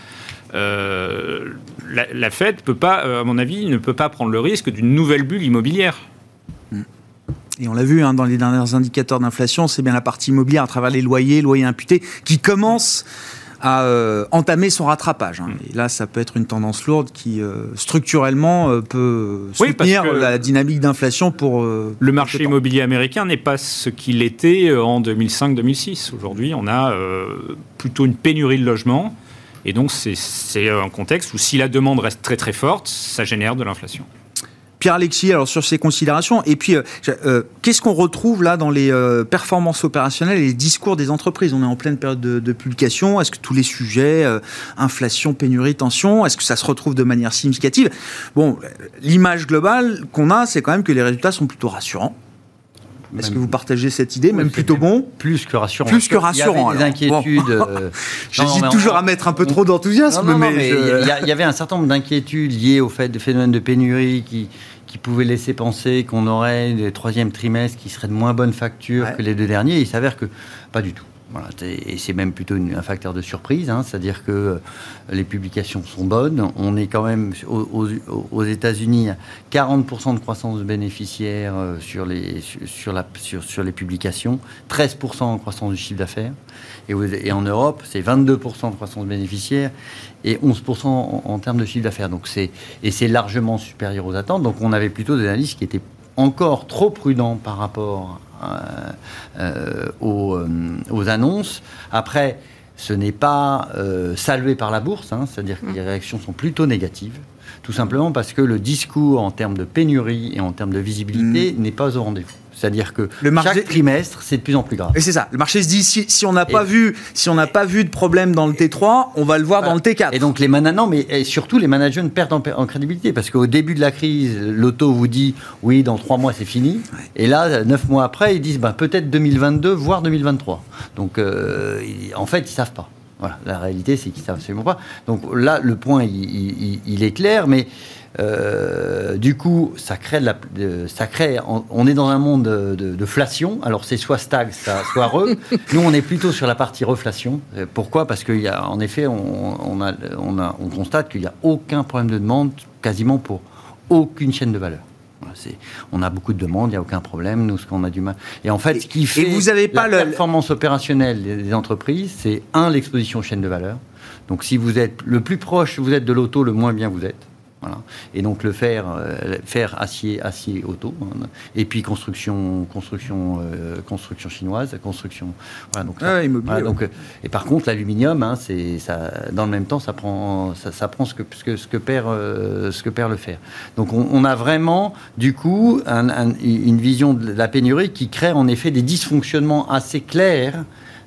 La Fed peut pas, à mon avis, ne peut pas prendre le risque d'une nouvelle bulle immobilière. Et on l'a vu dans les derniers indicateurs d'inflation, c'est bien la partie immobilière à travers les loyers imputés, qui commence à entamer son rattrapage. Et là, ça peut être une tendance lourde qui, structurellement, peut soutenir la dynamique d'inflation pour... le marché immobilier américain n'est pas ce qu'il était en 2005-2006. Aujourd'hui, on a plutôt une pénurie de logements. Et donc, c'est un contexte où si la demande reste très très forte, ça génère de l'inflation. Pierre-Alexis, alors sur ces considérations, et puis qu'est-ce qu'on retrouve là dans les performances opérationnelles et les discours des entreprises ? On est en pleine période de publication. Est-ce que tous les sujets, inflation, pénurie, tension, est-ce que ça se retrouve de manière significative ? Bon, l'image globale qu'on a, c'est quand même que les résultats sont plutôt rassurants. Est-ce que vous partagez cette idée, même plutôt bon ? Plus que rassurant. Plus que rassurant. Il y avait des inquiétudes. J'hésite toujours à mettre un peu trop d'enthousiasme. Mais il y avait un certain nombre d'inquiétudes liées au fait de phénomènes de pénurie qui pouvaient laisser penser qu'on aurait des troisièmes trimestres qui seraient de moins bonne facture que les deux derniers. Il s'avère que pas du tout. Voilà, et c'est même plutôt un facteur de surprise, c'est-à-dire que les publications sont bonnes. On est quand même aux États-Unis à 40% de croissance de bénéficiaires sur les publications, 13% en croissance du chiffre d'affaires. Et en Europe, c'est 22% de croissance bénéficiaire et 11% en termes de chiffre d'affaires. Donc c'est largement supérieur aux attentes. Donc on avait plutôt des analystes qui étaient encore trop prudents par rapport aux annonces. Après, ce n'est pas salué par la bourse, c'est-à-dire que les réactions sont plutôt négatives, tout simplement parce que le discours en termes de pénurie et en termes de visibilité n'est pas au rendez-vous. C'est-à-dire que chaque trimestre, c'est de plus en plus grave. Et c'est ça. Le marché se dit, si on n'a pas vu de problème dans le T3, on va le voir dans le T4. Et donc surtout les managers perdent en crédibilité, parce qu'au début de la crise, l'auto vous dit, oui, dans 3 mois, c'est fini. Ouais. Et là, 9 mois après, ils disent, peut-être 2022, voire 2023. Donc, en fait, ils ne savent pas. Voilà. La réalité, c'est qu'ils ne savent absolument pas. Donc là, le point, il est clair, mais... du coup, on est dans un monde de flation. Alors c'est soit stag, soit re. Nous, on est plutôt sur la partie reflation. Pourquoi ? Parce qu'en effet, on constate qu'il n'y a aucun problème de demande, quasiment pour aucune chaîne de valeur. Voilà, on a beaucoup de demandes, il n'y a aucun problème. Nous, ce qu'on a du mal. Et en fait, ce qui fait la performance opérationnelle des entreprises, c'est l'exposition aux chaînes de valeur. Donc, si vous êtes le plus proche vous êtes de l'auto, le moins bien vous êtes. Voilà. Et donc le fer acier auto, et puis construction chinoise, voilà, donc immobilier. Voilà, donc, et par contre l'aluminium, c'est ça, dans le même temps ça prend ce que perd le fer. Donc on a vraiment du coup une vision de la pénurie qui crée en effet des dysfonctionnements assez clairs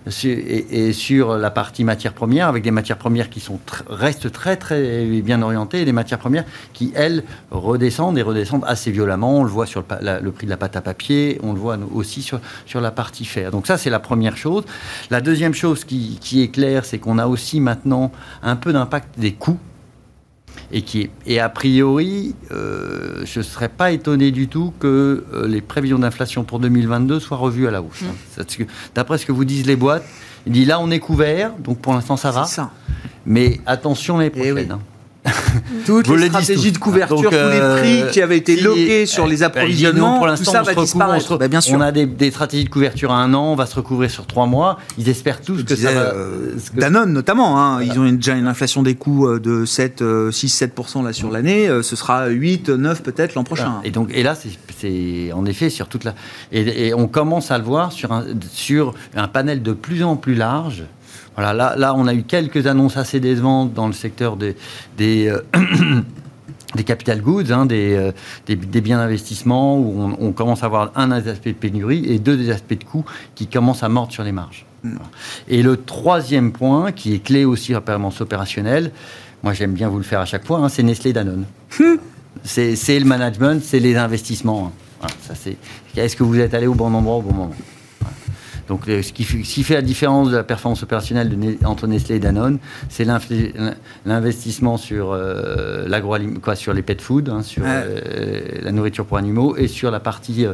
et sur la partie matières premières, avec des matières premières qui restent très très bien orientées, et des matières premières qui, elles, redescendent assez violemment. On le voit sur le prix de la pâte à papier, on le voit aussi sur la partie fer. Donc ça, c'est la première chose. La deuxième chose qui est claire, c'est qu'on a aussi maintenant un peu d'impact des coûts. Et a priori, je ne serais pas étonné du tout que les prévisions d'inflation pour 2022 soient revues à la hausse. Parce que, d'après ce que vous disent les boîtes, il dit là on est couvert, donc pour l'instant ça va. Ça. Mais attention l'année prochaine. Toutes les stratégies de couverture, tous les prix qui avaient été loqués sur les approvisionnements, pour l'instant, tout ça va disparaître. Bien sûr. On a des stratégies de couverture à 1 an, on va se recouvrir sur 3 mois. Ils espèrent tous que ça va... Danone notamment, hein, voilà. Ils ont déjà une inflation des coûts de 6-7% là sur l'année. Ce sera 8-9 peut-être l'an prochain. Voilà. Et là, c'est en effet sur toute la... Et on commence à le voir sur un panel de plus en plus large. Voilà, là, on a eu quelques annonces assez décevantes dans le secteur des capital goods, hein, des biens d'investissement, où on commence à avoir un des aspects de pénurie et 2 des aspects de coûts qui commencent à mordre sur les marges. Voilà. Et le troisième point, qui est clé aussi en performance opérationnelle, moi j'aime bien vous le faire à chaque fois, hein, c'est Nestlé Danone. C'est le management, c'est les investissements. Hein. Voilà, est-ce que vous êtes allé au bon endroit au bon moment? Donc, ce qui fait la différence de la performance opérationnelle entre Nestlé et Danone, c'est l'investissement sur sur les pet food, hein, sur la nourriture pour animaux, et sur la partie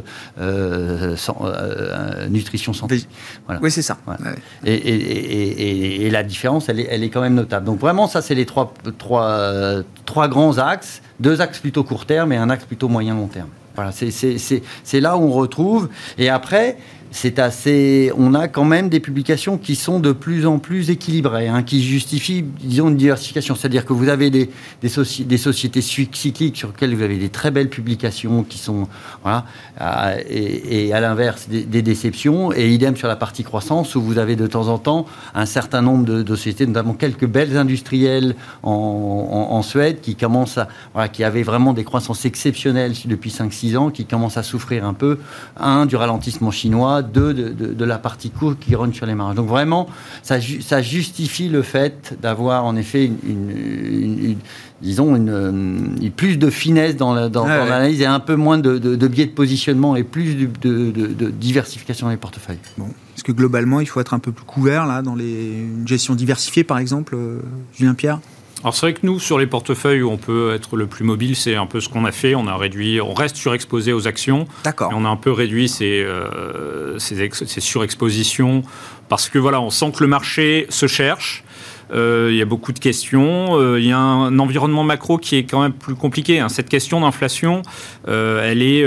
nutrition santé. Voilà. Oui, c'est ça. Voilà. Ouais. Et la différence, elle est quand même notable. Donc, vraiment, ça, c'est les trois grands axes. 2 axes plutôt court terme et un axe plutôt moyen-long terme. Voilà, c'est là où on retrouve. Et après... on a quand même des publications qui sont de plus en plus équilibrées, hein, qui justifient, disons, une diversification. C'est-à-dire que vous avez des sociétés cycliques sur lesquelles vous avez des très belles publications qui sont, voilà, et à l'inverse, des déceptions. Et idem sur la partie croissance, où vous avez de temps en temps un certain nombre de sociétés, notamment quelques belles industrielles en Suède, qui avaient vraiment des croissances exceptionnelles depuis 5-6 ans, qui commencent à souffrir un peu, du ralentissement chinois, de la partie court qui rogne sur les marges. Donc vraiment, ça justifie le fait d'avoir en effet plus de finesse dans l'analyse et un peu moins de biais de positionnement et plus de diversification dans les portefeuilles. Bon. Est-ce que globalement, il faut être un peu plus couvert là, dans une gestion diversifiée, par exemple, Julien Pierre ? Alors c'est vrai que nous, sur les portefeuilles où on peut être le plus mobile, c'est un peu ce qu'on a fait. On reste surexposé aux actions. D'accord. Et on a un peu réduit ces surexpositions parce que voilà, on sent que le marché se cherche. Il y a beaucoup de questions. Il y a un environnement macro qui est quand même plus compliqué. Hein. Cette question d'inflation, elle est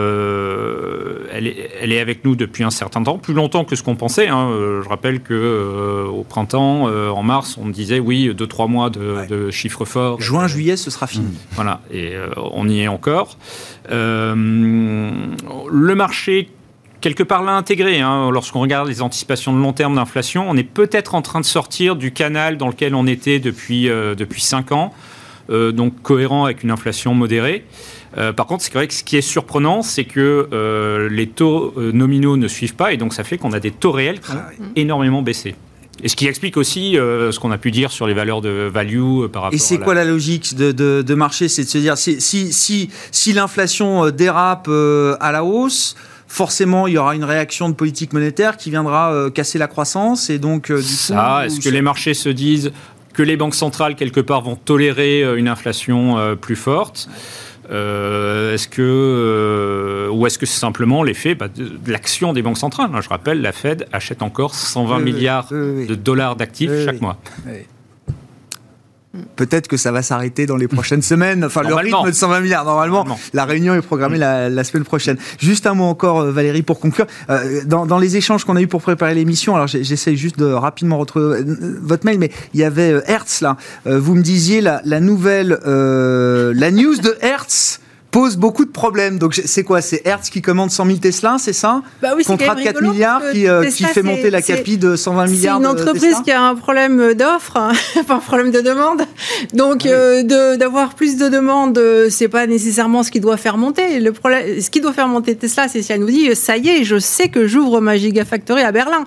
avec nous depuis un certain temps, plus longtemps que ce qu'on pensait. Hein. Je rappelle qu'au printemps, en mars, on me disait oui, 2-3 mois de chiffres forts. Juin, juillet, ce sera fini. Voilà, et on y est encore. Le marché, quelque part, l'a intégré. Hein. Lorsqu'on regarde les anticipations de long terme d'inflation, on est peut-être en train de sortir du canal dans lequel on était depuis 5 ans, donc cohérent avec une inflation modérée. Par contre, c'est vrai que ce qui est surprenant, c'est que les taux nominaux ne suivent pas, et donc ça fait qu'on a des taux réels qui ont énormément baissé. Et ce qui explique aussi ce qu'on a pu dire sur les valeurs de value par rapport à... Et c'est quoi la logique de marché? C'est de se dire, si l'inflation dérape à la hausse, forcément, il y aura une réaction de politique monétaire qui viendra casser la croissance, et donc est-ce que les marchés se disent que les banques centrales, quelque part, vont tolérer une inflation plus forte? Ou est-ce que c'est simplement l'effet de l'action des banques centrales? Je rappelle, la Fed achète encore 120 milliards de dollars d'actifs chaque mois. Peut-être que ça va s'arrêter dans les prochaines semaines. Enfin, le rythme de 120 milliards, normalement. La réunion est programmée la semaine prochaine. Juste un mot encore, Valérie, pour conclure. Dans les échanges qu'on a eu pour préparer l'émission, alors j'essaie juste de rapidement retrouver votre mail, mais il y avait Hertz, là. Vous me disiez la nouvelle... la news de Hertz pose beaucoup de problèmes. Donc, c'est quoi? C'est Hertz qui commande 100 000 Tesla, c'est ça? Oui, contrat de 4 milliards qui fait monter la capi de 120 milliards. C'est une entreprise qui a un problème d'offre, pas un problème de demande. Donc, d'avoir plus de demandes, c'est pas nécessairement ce qui doit faire monter. Le problème, ce qui doit faire monter Tesla, c'est si elle nous dit, ça y est, je sais que j'ouvre ma Gigafactory à Berlin.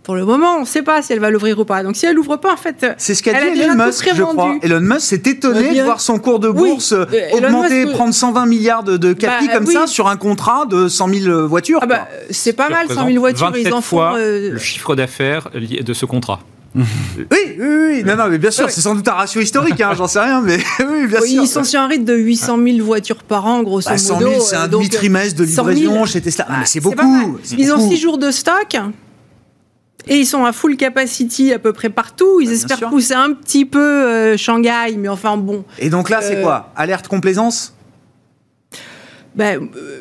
Pour le moment, on ne sait pas si elle va l'ouvrir ou pas. Donc, si elle l'ouvre pas, en fait, c'est ce qu'a dit Elon Musk, je crois. Elon Musk s'est étonné de voir son cours de bourse augmenter, prendre 120 milliards de capi ça sur un contrat de 100 000 voitures. C'est pas mal, 100 000 voitures. 27 fois le chiffre d'affaires de ce contrat. Oui. Non, mais bien sûr, c'est sans doute un ratio historique, j'en sais rien, mais oui, bien sûr. Ils sont sur un rythme de 800 000 voitures par an, grosso modo. 100 000, c'est un demi-trimestre de livraison chez Tesla. Mais c'est beaucoup. Ils ont 6 jours de stock. Et ils sont à full capacity à peu près partout. Ils espèrent pousser un petit peu Shanghai, mais enfin bon. Et donc là, c'est quoi ? Alerte complaisance ? Moi,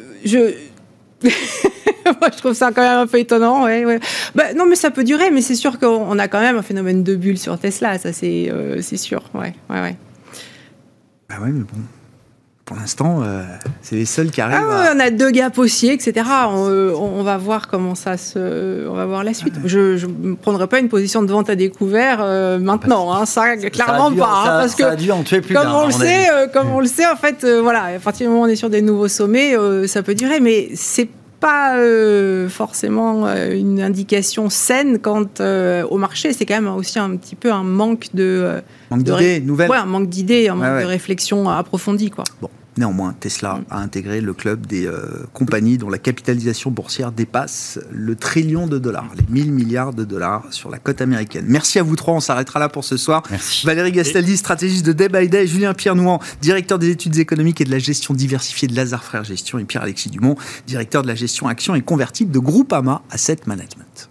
je trouve ça quand même un peu étonnant. Ouais. Non, mais ça peut durer, mais c'est sûr qu'on a quand même un phénomène de bulle sur Tesla, ça c'est sûr. Ouais. Mais bon. Pour l'instant, c'est les seuls qui arrivent. On a 2 gaps haussiers, etc. On va voir comment on va voir la suite. Je ne prendrai pas une position de vente à découvert maintenant. Ça clairement pas. Parce que ça a dû en tuer plus comme on le sait, en fait, à partir du moment où on est sur des nouveaux sommets, ça peut durer, mais c'est pas forcément une indication saine quant au marché. C'est quand même aussi un petit peu un manque d'idées nouvelles. Ouais, un manque d'idées, un manque de réflexion approfondie, quoi. Bon. Néanmoins, Tesla a intégré le club des compagnies dont la capitalisation boursière dépasse le $1 trillion, les 1 000 milliards de dollars sur la cote américaine. Merci à vous trois, on s'arrêtera là pour ce soir. Merci. Valérie Gastaldi, stratégiste de Day by Day, Julien Pierre-Nouan, directeur des études économiques et de la gestion diversifiée de Lazare Frères Gestion, et Pierre-Alexis Dumont, directeur de la gestion actions et convertibles de Groupama Asset Management.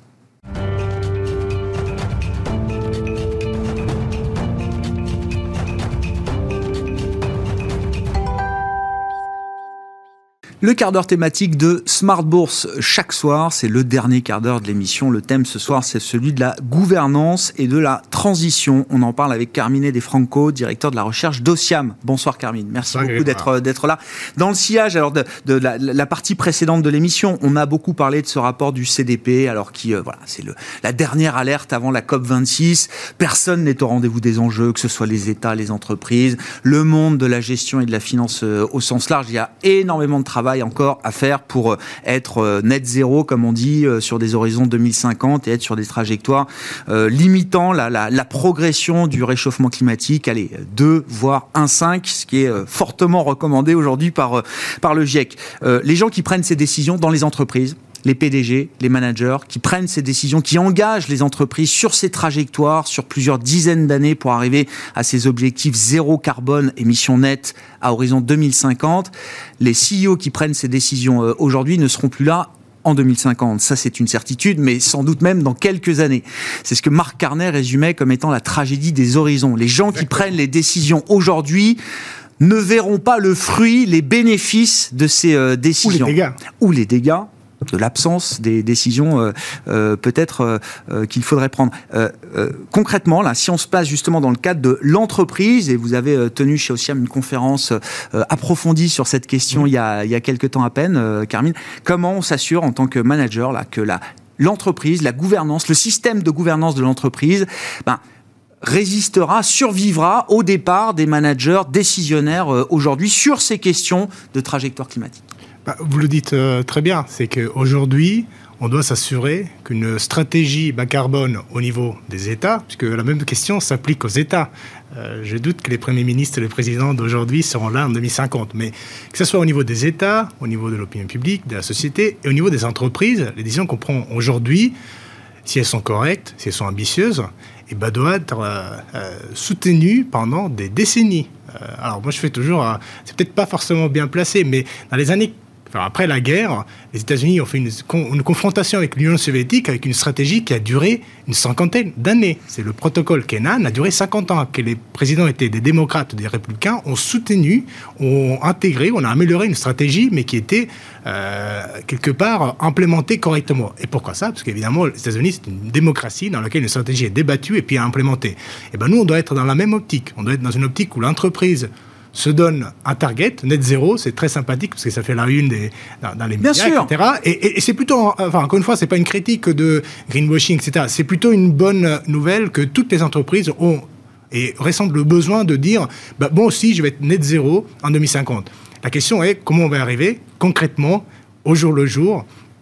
Le quart d'heure thématique de Smart Bourse chaque soir, c'est le dernier quart d'heure de l'émission. Le thème ce soir, c'est celui de la gouvernance et de la transition. On en parle avec Carmine De Franco, directeur de la recherche d'Ociam. Bonsoir Carmine, merci beaucoup d'être là. Dans le sillage alors de la partie précédente de l'émission, on a beaucoup parlé de ce rapport du CDP, alors c'est la dernière alerte avant la COP26. Personne n'est au rendez-vous des enjeux, que ce soit les États, les entreprises, le monde de la gestion et de la finance au sens large. Il y a énormément de travail encore à faire pour être net zéro, comme on dit, sur des horizons 2050 et être sur des trajectoires limitant la progression du réchauffement climatique. 2 voire 1,5, ce qui est fortement recommandé aujourd'hui par le GIEC. Les gens qui prennent ces décisions dans les entreprises, les PDG, les managers, qui prennent ces décisions, qui engagent les entreprises sur ces trajectoires, sur plusieurs dizaines d'années pour arriver à ces objectifs zéro carbone, émissions nettes à horizon 2050. Les CEO qui prennent ces décisions aujourd'hui ne seront plus là en 2050. Ça, c'est une certitude, mais sans doute même dans quelques années. C'est ce que Marc Carnet résumait comme étant la tragédie des horizons. Les gens qui prennent les décisions aujourd'hui ne verront pas le fruit, les bénéfices de ces décisions. Ou les dégâts. De l'absence des décisions peut-être qu'il faudrait prendre. Concrètement, là, si on se place justement dans le cadre de l'entreprise, et vous avez tenu chez Ociam une conférence approfondie sur cette question il y a quelques temps à peine, Carmine, comment on s'assure en tant que manager là, que l'entreprise, la gouvernance, le système de gouvernance de l'entreprise résistera, survivra au départ des managers décisionnaires aujourd'hui sur ces questions de trajectoire climatique? Vous le dites très bien, c'est qu'aujourd'hui, on doit s'assurer qu'une stratégie bas carbone au niveau des États, puisque la même question s'applique aux États. Je doute que les premiers ministres et les présidents d'aujourd'hui seront là en 2050. Mais que ce soit au niveau des États, au niveau de l'opinion publique, de la société et au niveau des entreprises, les décisions qu'on prend aujourd'hui, si elles sont correctes, si elles sont ambitieuses, doivent être soutenues pendant des décennies. Alors moi je fais toujours, c'est peut-être pas forcément bien placé, mais dans les années après la guerre, les États-Unis ont fait une confrontation avec l'Union soviétique avec une stratégie qui a duré une cinquantaine d'années. C'est le protocole Kennan, a duré 50 ans, que les présidents étaient des démocrates ou des républicains, ont soutenu, ont intégré, on a amélioré une stratégie, mais qui était quelque part implémentée correctement. Et pourquoi ça? Parce qu'évidemment, les États-Unis, c'est une démocratie dans laquelle une stratégie est débattue et puis implémentée. Et nous, on doit être dans la même optique. On doit être dans une optique où l'entreprise se donne un target, net zéro, c'est très sympathique parce que ça fait la une dans les médias, etc. Et c'est plutôt, encore une fois, c'est pas une critique de greenwashing, etc. C'est plutôt une bonne nouvelle que toutes les entreprises ont et ressentent le besoin de dire, bon aussi, je vais être net zéro en 2050. La question est comment on va arriver concrètement, au jour le jour.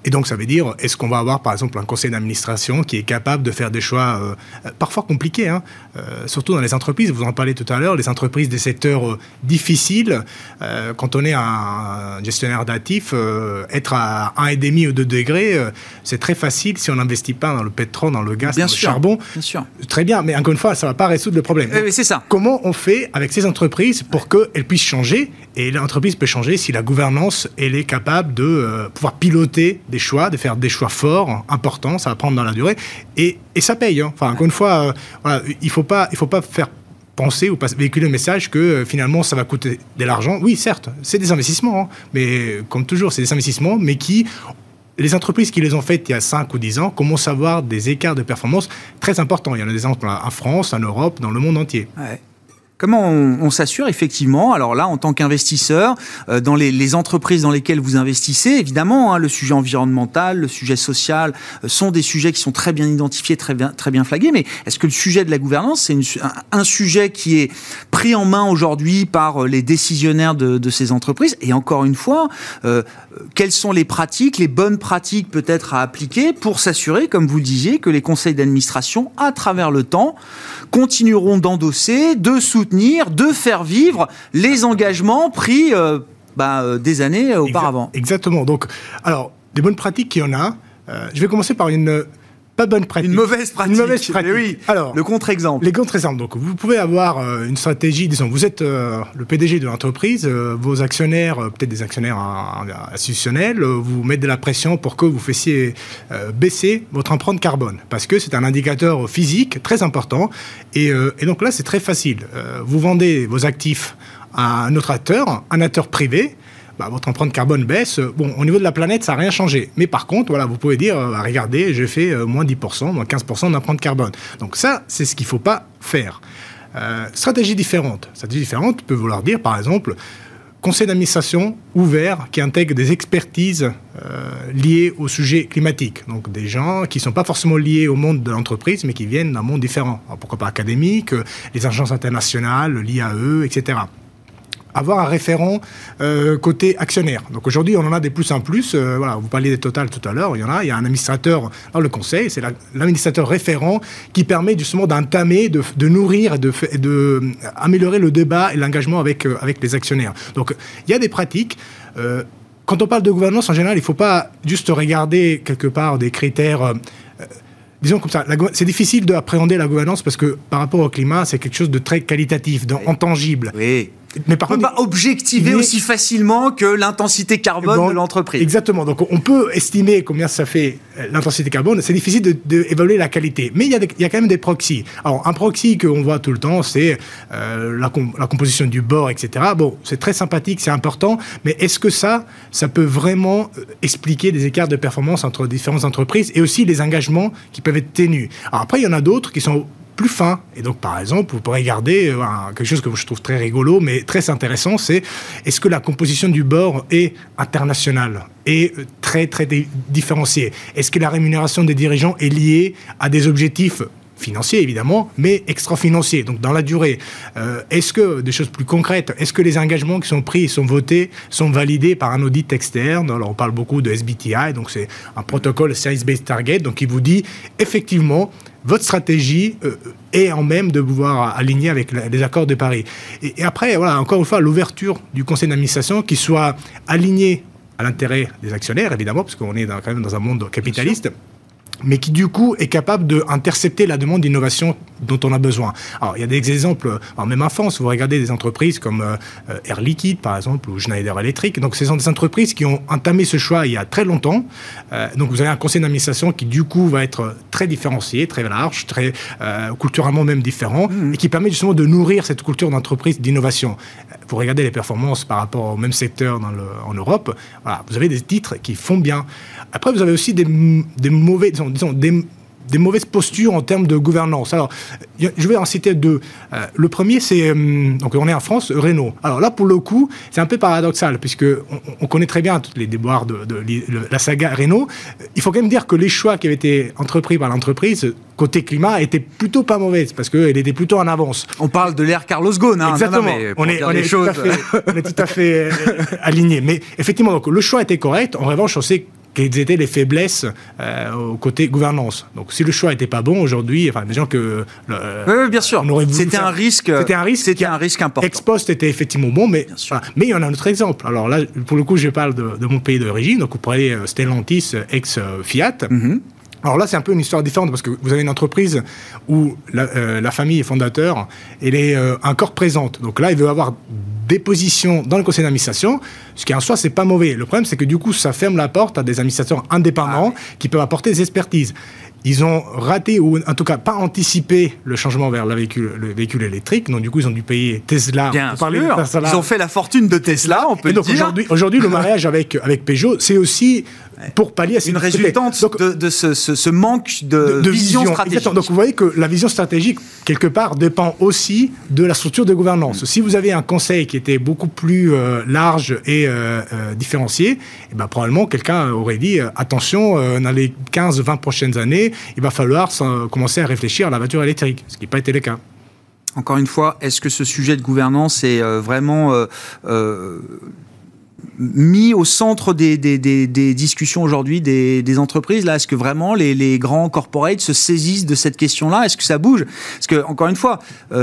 Et donc, ça veut dire, est-ce qu'on va avoir, par exemple, un conseil d'administration qui est capable de faire des choix parfois compliqués, surtout dans les entreprises. Vous en parlez tout à l'heure, les entreprises des secteurs difficiles. Quand on est un gestionnaire d'actifs, être à 1,5 ou 2 degrés, c'est très facile si on n'investit pas dans le pétrole, dans le gaz, dans le charbon. Bien sûr. Très bien, mais encore une fois, ça ne va pas résoudre le problème. Donc, c'est ça. Comment on fait avec ces entreprises pour qu'elles puissent changer? Et l'entreprise peut changer si la gouvernance elle est capable de pouvoir piloter des choix, de faire des choix forts, importants, ça va prendre dans la durée. Et ça paye. Enfin, encore une fois, voilà, il ne faut pas faire penser ou véhiculer le message que finalement ça va coûter de l'argent. Oui, certes, c'est des investissements, mais comme toujours, c'est des investissements, mais les entreprises qui les ont faites il y a 5 ou 10 ans commencent à avoir des écarts de performance très importants. Il y en a des exemples en France, en Europe, dans le monde entier. Ouais. Comment on s'assure effectivement, alors là en tant qu'investisseur, dans les entreprises dans lesquelles vous investissez, évidemment, le sujet environnemental, le sujet social sont des sujets qui sont très bien identifiés, très bien flagués, mais est-ce que le sujet de la gouvernance, c'est un sujet qui est pris en main aujourd'hui par les décisionnaires de ces entreprises? Et encore une fois, quelles sont les pratiques, les bonnes pratiques peut-être à appliquer pour s'assurer, comme vous le disiez, que les conseils d'administration, à travers le temps, continueront d'endosser, de soutenir, de faire vivre les engagements pris des années auparavant. Exactement. Donc, alors, des bonnes pratiques, il y en a. Je vais commencer par une pas bonne pratique. Une mauvaise pratique. Une mauvaise pratique. Oui. Alors, le contre-exemple. Les contre-exemples. Donc, vous pouvez avoir une stratégie, disons, vous êtes le PDG de l'entreprise, vos actionnaires, peut-être des actionnaires institutionnels, vous mettent de la pression pour que vous fassiez baisser votre empreinte carbone. Parce que c'est un indicateur physique très important. Et donc là, c'est très facile. Vous vendez vos actifs à un autre acteur, un acteur privé. Votre empreinte carbone baisse. Bon, au niveau de la planète, ça n'a rien changé. Mais par contre, voilà, vous pouvez dire, regardez, j'ai fait moins 10%, moins 15% d'empreinte carbone. Donc ça, c'est ce qu'il ne faut pas faire. Stratégie différente. Stratégie différente peut vouloir dire, par exemple, conseil d'administration ouvert qui intègre des expertises liées au sujet climatique. Donc des gens qui ne sont pas forcément liés au monde de l'entreprise, mais qui viennent d'un monde différent. Alors, pourquoi pas académique, les agences internationales, l'IAE, etc. Avoir un référent côté actionnaire. Donc aujourd'hui, on en a des plus en plus. Voilà, vous parliez des Total tout à l'heure. Il y a un administrateur dans le conseil. C'est l'administrateur référent qui permet justement d'entamer, de nourrir et de améliorer le débat et l'engagement avec les actionnaires. Donc il y a des pratiques. Quand on parle de gouvernance, en général, il ne faut pas juste regarder quelque part des critères... disons comme ça, c'est difficile d'appréhender la gouvernance parce que par rapport au climat, c'est quelque chose de très qualitatif, intangible. Oui. Mais par contre, on ne peut pas objectiver aussi facilement que l'intensité carbone de l'entreprise. Exactement. Donc, on peut estimer combien ça fait l'intensité carbone. C'est difficile d'évaluer la qualité. Mais il y a quand même des proxys. Alors, un proxy qu'on voit tout le temps, c'est la composition du bord, etc. Bon, c'est très sympathique, c'est important. Mais est-ce que ça peut vraiment expliquer des écarts de performance entre différentes entreprises et aussi les engagements qui peuvent être tenus? Alors, après, il y en a d'autres qui sont plus fin. Et donc, par exemple, vous pourrez regarder quelque chose que je trouve très rigolo, mais très intéressant, c'est est-ce que la composition du board est internationale et très, très différenciée? Est-ce que la rémunération des dirigeants est liée à des objectifs financiers, évidemment, mais extra-financiers, donc dans la durée? Est-ce que, des choses plus concrètes, est-ce que les engagements qui sont pris et sont votés sont validés par un audit externe? Alors, on parle beaucoup de SBTI, donc c'est un protocole Science-Based Target, donc il vous dit, effectivement, votre stratégie est en même de pouvoir aligner avec les accords de Paris. Et après, voilà, encore une fois, l'ouverture du conseil d'administration qui soit aligné à l'intérêt des actionnaires, évidemment, parce qu'on est quand même dans un monde capitaliste, mais qui du coup est capable d'intercepter la demande d'innovation dont on a besoin. Alors il y a des exemples, même en France, vous regardez des entreprises comme Air Liquide par exemple, ou Schneider Electric, donc ce sont des entreprises qui ont entamé ce choix il y a très longtemps, donc vous avez un conseil d'administration qui du coup va être très différencié, très large, très culturellement même différent, et qui permet justement de nourrir cette culture d'entreprise d'innovation. Vous regardez les performances par rapport au même secteur en Europe, voilà, vous avez des titres qui font bien. Après, vous avez aussi des mauvais, disons, des mauvaises postures en termes de gouvernance. Alors, je vais en citer deux. Le premier, c'est, donc on est en France, Renault. Alors là, pour le coup, c'est un peu paradoxal, puisque on connaît très bien tous les déboires de la saga Renault. Il faut quand même dire que les choix qui avaient été entrepris par l'entreprise, côté climat, étaient plutôt pas mauvaises, parce qu'elle était plutôt en avance. On parle de l'ère Carlos Ghosn. Hein. Exactement. On est tout à fait aligné. Mais effectivement, donc, le choix était correct. En revanche, on sait quelles étaient les faiblesses au côté gouvernance. Donc si le choix n'était pas bon aujourd'hui, enfin, des gens que... oui, bien sûr. C'était un risque important. Ex post était effectivement bon, mais il y en a un autre exemple. Alors là, pour le coup, je parle de mon pays d'origine, donc vous prenez Stellantis, ex-Fiat. Mm-hmm. Alors là, c'est un peu une histoire différente parce que vous avez une entreprise où la famille fondateur, elle est encore présente. Donc là, il veut avoir des positions dans le conseil d'administration, ce qui en soi, c'est pas mauvais. Le problème, c'est que du coup, ça ferme la porte à des administrateurs indépendants qui peuvent apporter des expertises. Ils ont raté, ou en tout cas pas anticipé, le changement vers le véhicule électrique. Donc du coup, ils ont dû payer Tesla. Bien sûr. Ils ont fait la fortune de Tesla, on peut le dire. Aujourd'hui, le mariage avec Peugeot, c'est aussi pour pallier à cette une résultante de ce manque de vision stratégique. Exactement. Donc vous voyez que la vision stratégique, quelque part, dépend aussi de la structure de gouvernance. Si vous avez un conseil qui était beaucoup plus large et différencié, et ben, probablement quelqu'un aurait dit attention, dans les 15-20 prochaines années, il va falloir commencer à réfléchir à la voiture électrique, ce qui n'a pas été le cas. Encore une fois, est-ce que ce sujet de gouvernance est vraiment mis au centre des discussions aujourd'hui des entreprises là? Est-ce que vraiment les grands corporates se saisissent de cette question-là? Est-ce que ça bouge? Parce que, encore une fois,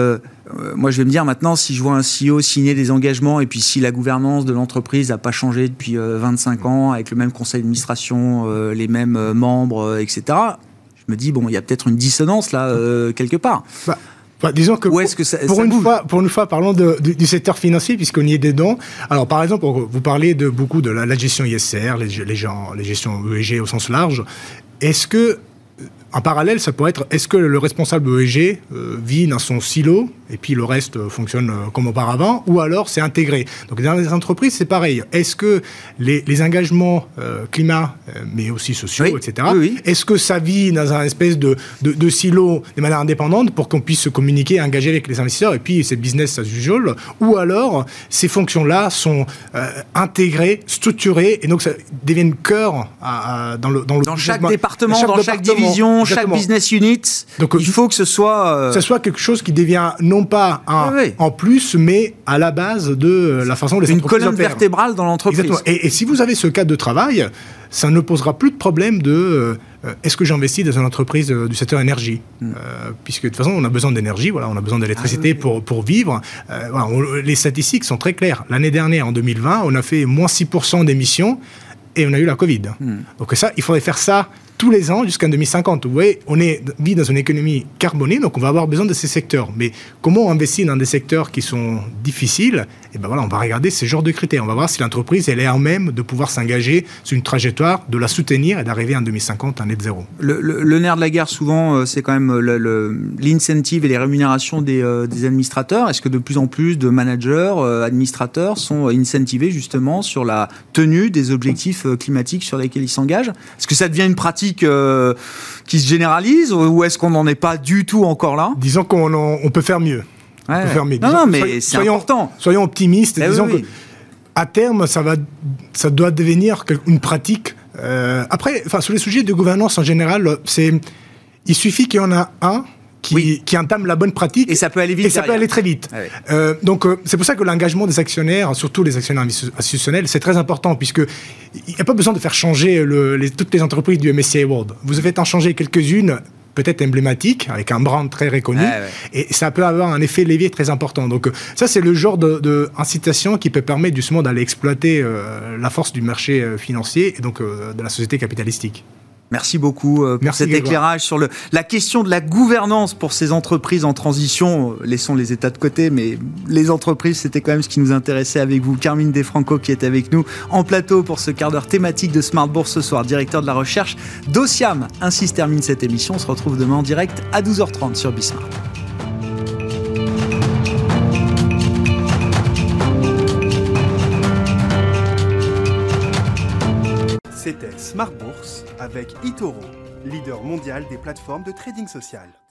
moi je vais me dire maintenant, si je vois un CEO signer des engagements et puis si la gouvernance de l'entreprise n'a pas changé depuis 25 ans, avec le même conseil d'administration, les mêmes membres, etc., je me dis, bon, il y a peut-être une dissonance là, quelque part. Disons que, pour une fois, parlons du secteur financier, puisqu'on y est dedans. Alors, par exemple, vous parlez beaucoup de la gestion ISR, les gestions ESG au sens large. Est-ce que, en parallèle, ça pourrait être, est-ce que le responsable ESG vit dans son silo et puis le reste fonctionne comme auparavant, ou alors c'est intégré? Donc dans les entreprises, c'est pareil. Est-ce que les engagements climat, mais aussi sociaux, etc., est-ce que ça vit dans un espèce de silo de manière indépendante pour qu'on puisse se communiquer, engager avec les investisseurs, et puis c'est business as usual, ou alors ces fonctions-là sont intégrées, structurées, et donc ça devient cœur dans chaque département, dans chaque division, chaque business unit. Donc, il faut que ce soit... ça soit quelque chose qui devient non pas en plus, mais à la base de la façon dont les entreprises opèrent. Une colonne vertébrale dans l'entreprise. Exactement. Et si vous avez ce cadre de travail, ça ne posera plus de problème de est-ce que j'investis dans une entreprise du secteur énergie, puisque de toute façon on a besoin d'énergie, voilà, on a besoin d'électricité pour vivre. Voilà, les statistiques sont très claires. L'année dernière, en 2020, on a fait moins 6% d'émissions et on a eu la Covid. Donc ça, il faudrait faire ça tous les ans jusqu'en 2050. Vous voyez, on vit dans une économie carbonée, donc on va avoir besoin de ces secteurs. Mais comment investir dans des secteurs qui sont difficiles? Et ben voilà, on va regarder ces genres de critères. On va voir si l'entreprise elle est en même de pouvoir s'engager sur une trajectoire, de la soutenir et d'arriver en 2050 à net zéro. Le nerf de la guerre, souvent, c'est quand même l'incentive et les rémunérations des administrateurs. Est-ce que de plus en plus de managers, administrateurs sont incentivés justement sur la tenue des objectifs climatiques sur lesquels ils s'engagent? Est-ce que ça devient une pratique qui se généralise, ou est-ce qu'on n'en est pas du tout encore là? Disons qu'on peut faire mieux. Non, mais c'est important. Soyons optimistes. Disons que à terme, ça doit devenir une pratique. Après, sur les sujets de gouvernance en général, il suffit qu'il y en a un qui entame la bonne pratique. Et ça peut aller vite. Et ça peut aller très vite. Donc, c'est pour ça que l'engagement des actionnaires, surtout les actionnaires institutionnels, c'est très important, puisqu'il n'y a pas besoin de faire changer toutes les entreprises du MSCI World. Vous faites en changer quelques-unes, peut-être emblématiques, avec un brand très reconnu, et ça peut avoir un effet levier très important. Donc, ça, c'est le genre d'incitation qui peut permettre justement d'aller exploiter la force du marché financier et donc de la société capitalistique. Merci beaucoup pour cet éclairage sur la question de la gouvernance pour ces entreprises en transition. Laissons les États de côté, mais les entreprises, c'était quand même ce qui nous intéressait avec vous. Carmine Defranco qui est avec nous en plateau pour ce quart d'heure thématique de Smart Bourse ce soir, directeur de la recherche d'Ociam. Ainsi se termine cette émission. On se retrouve demain en direct à 12h30 sur Bismart. C'était Smart Bourse avec eToro, leader mondial des plateformes de trading social.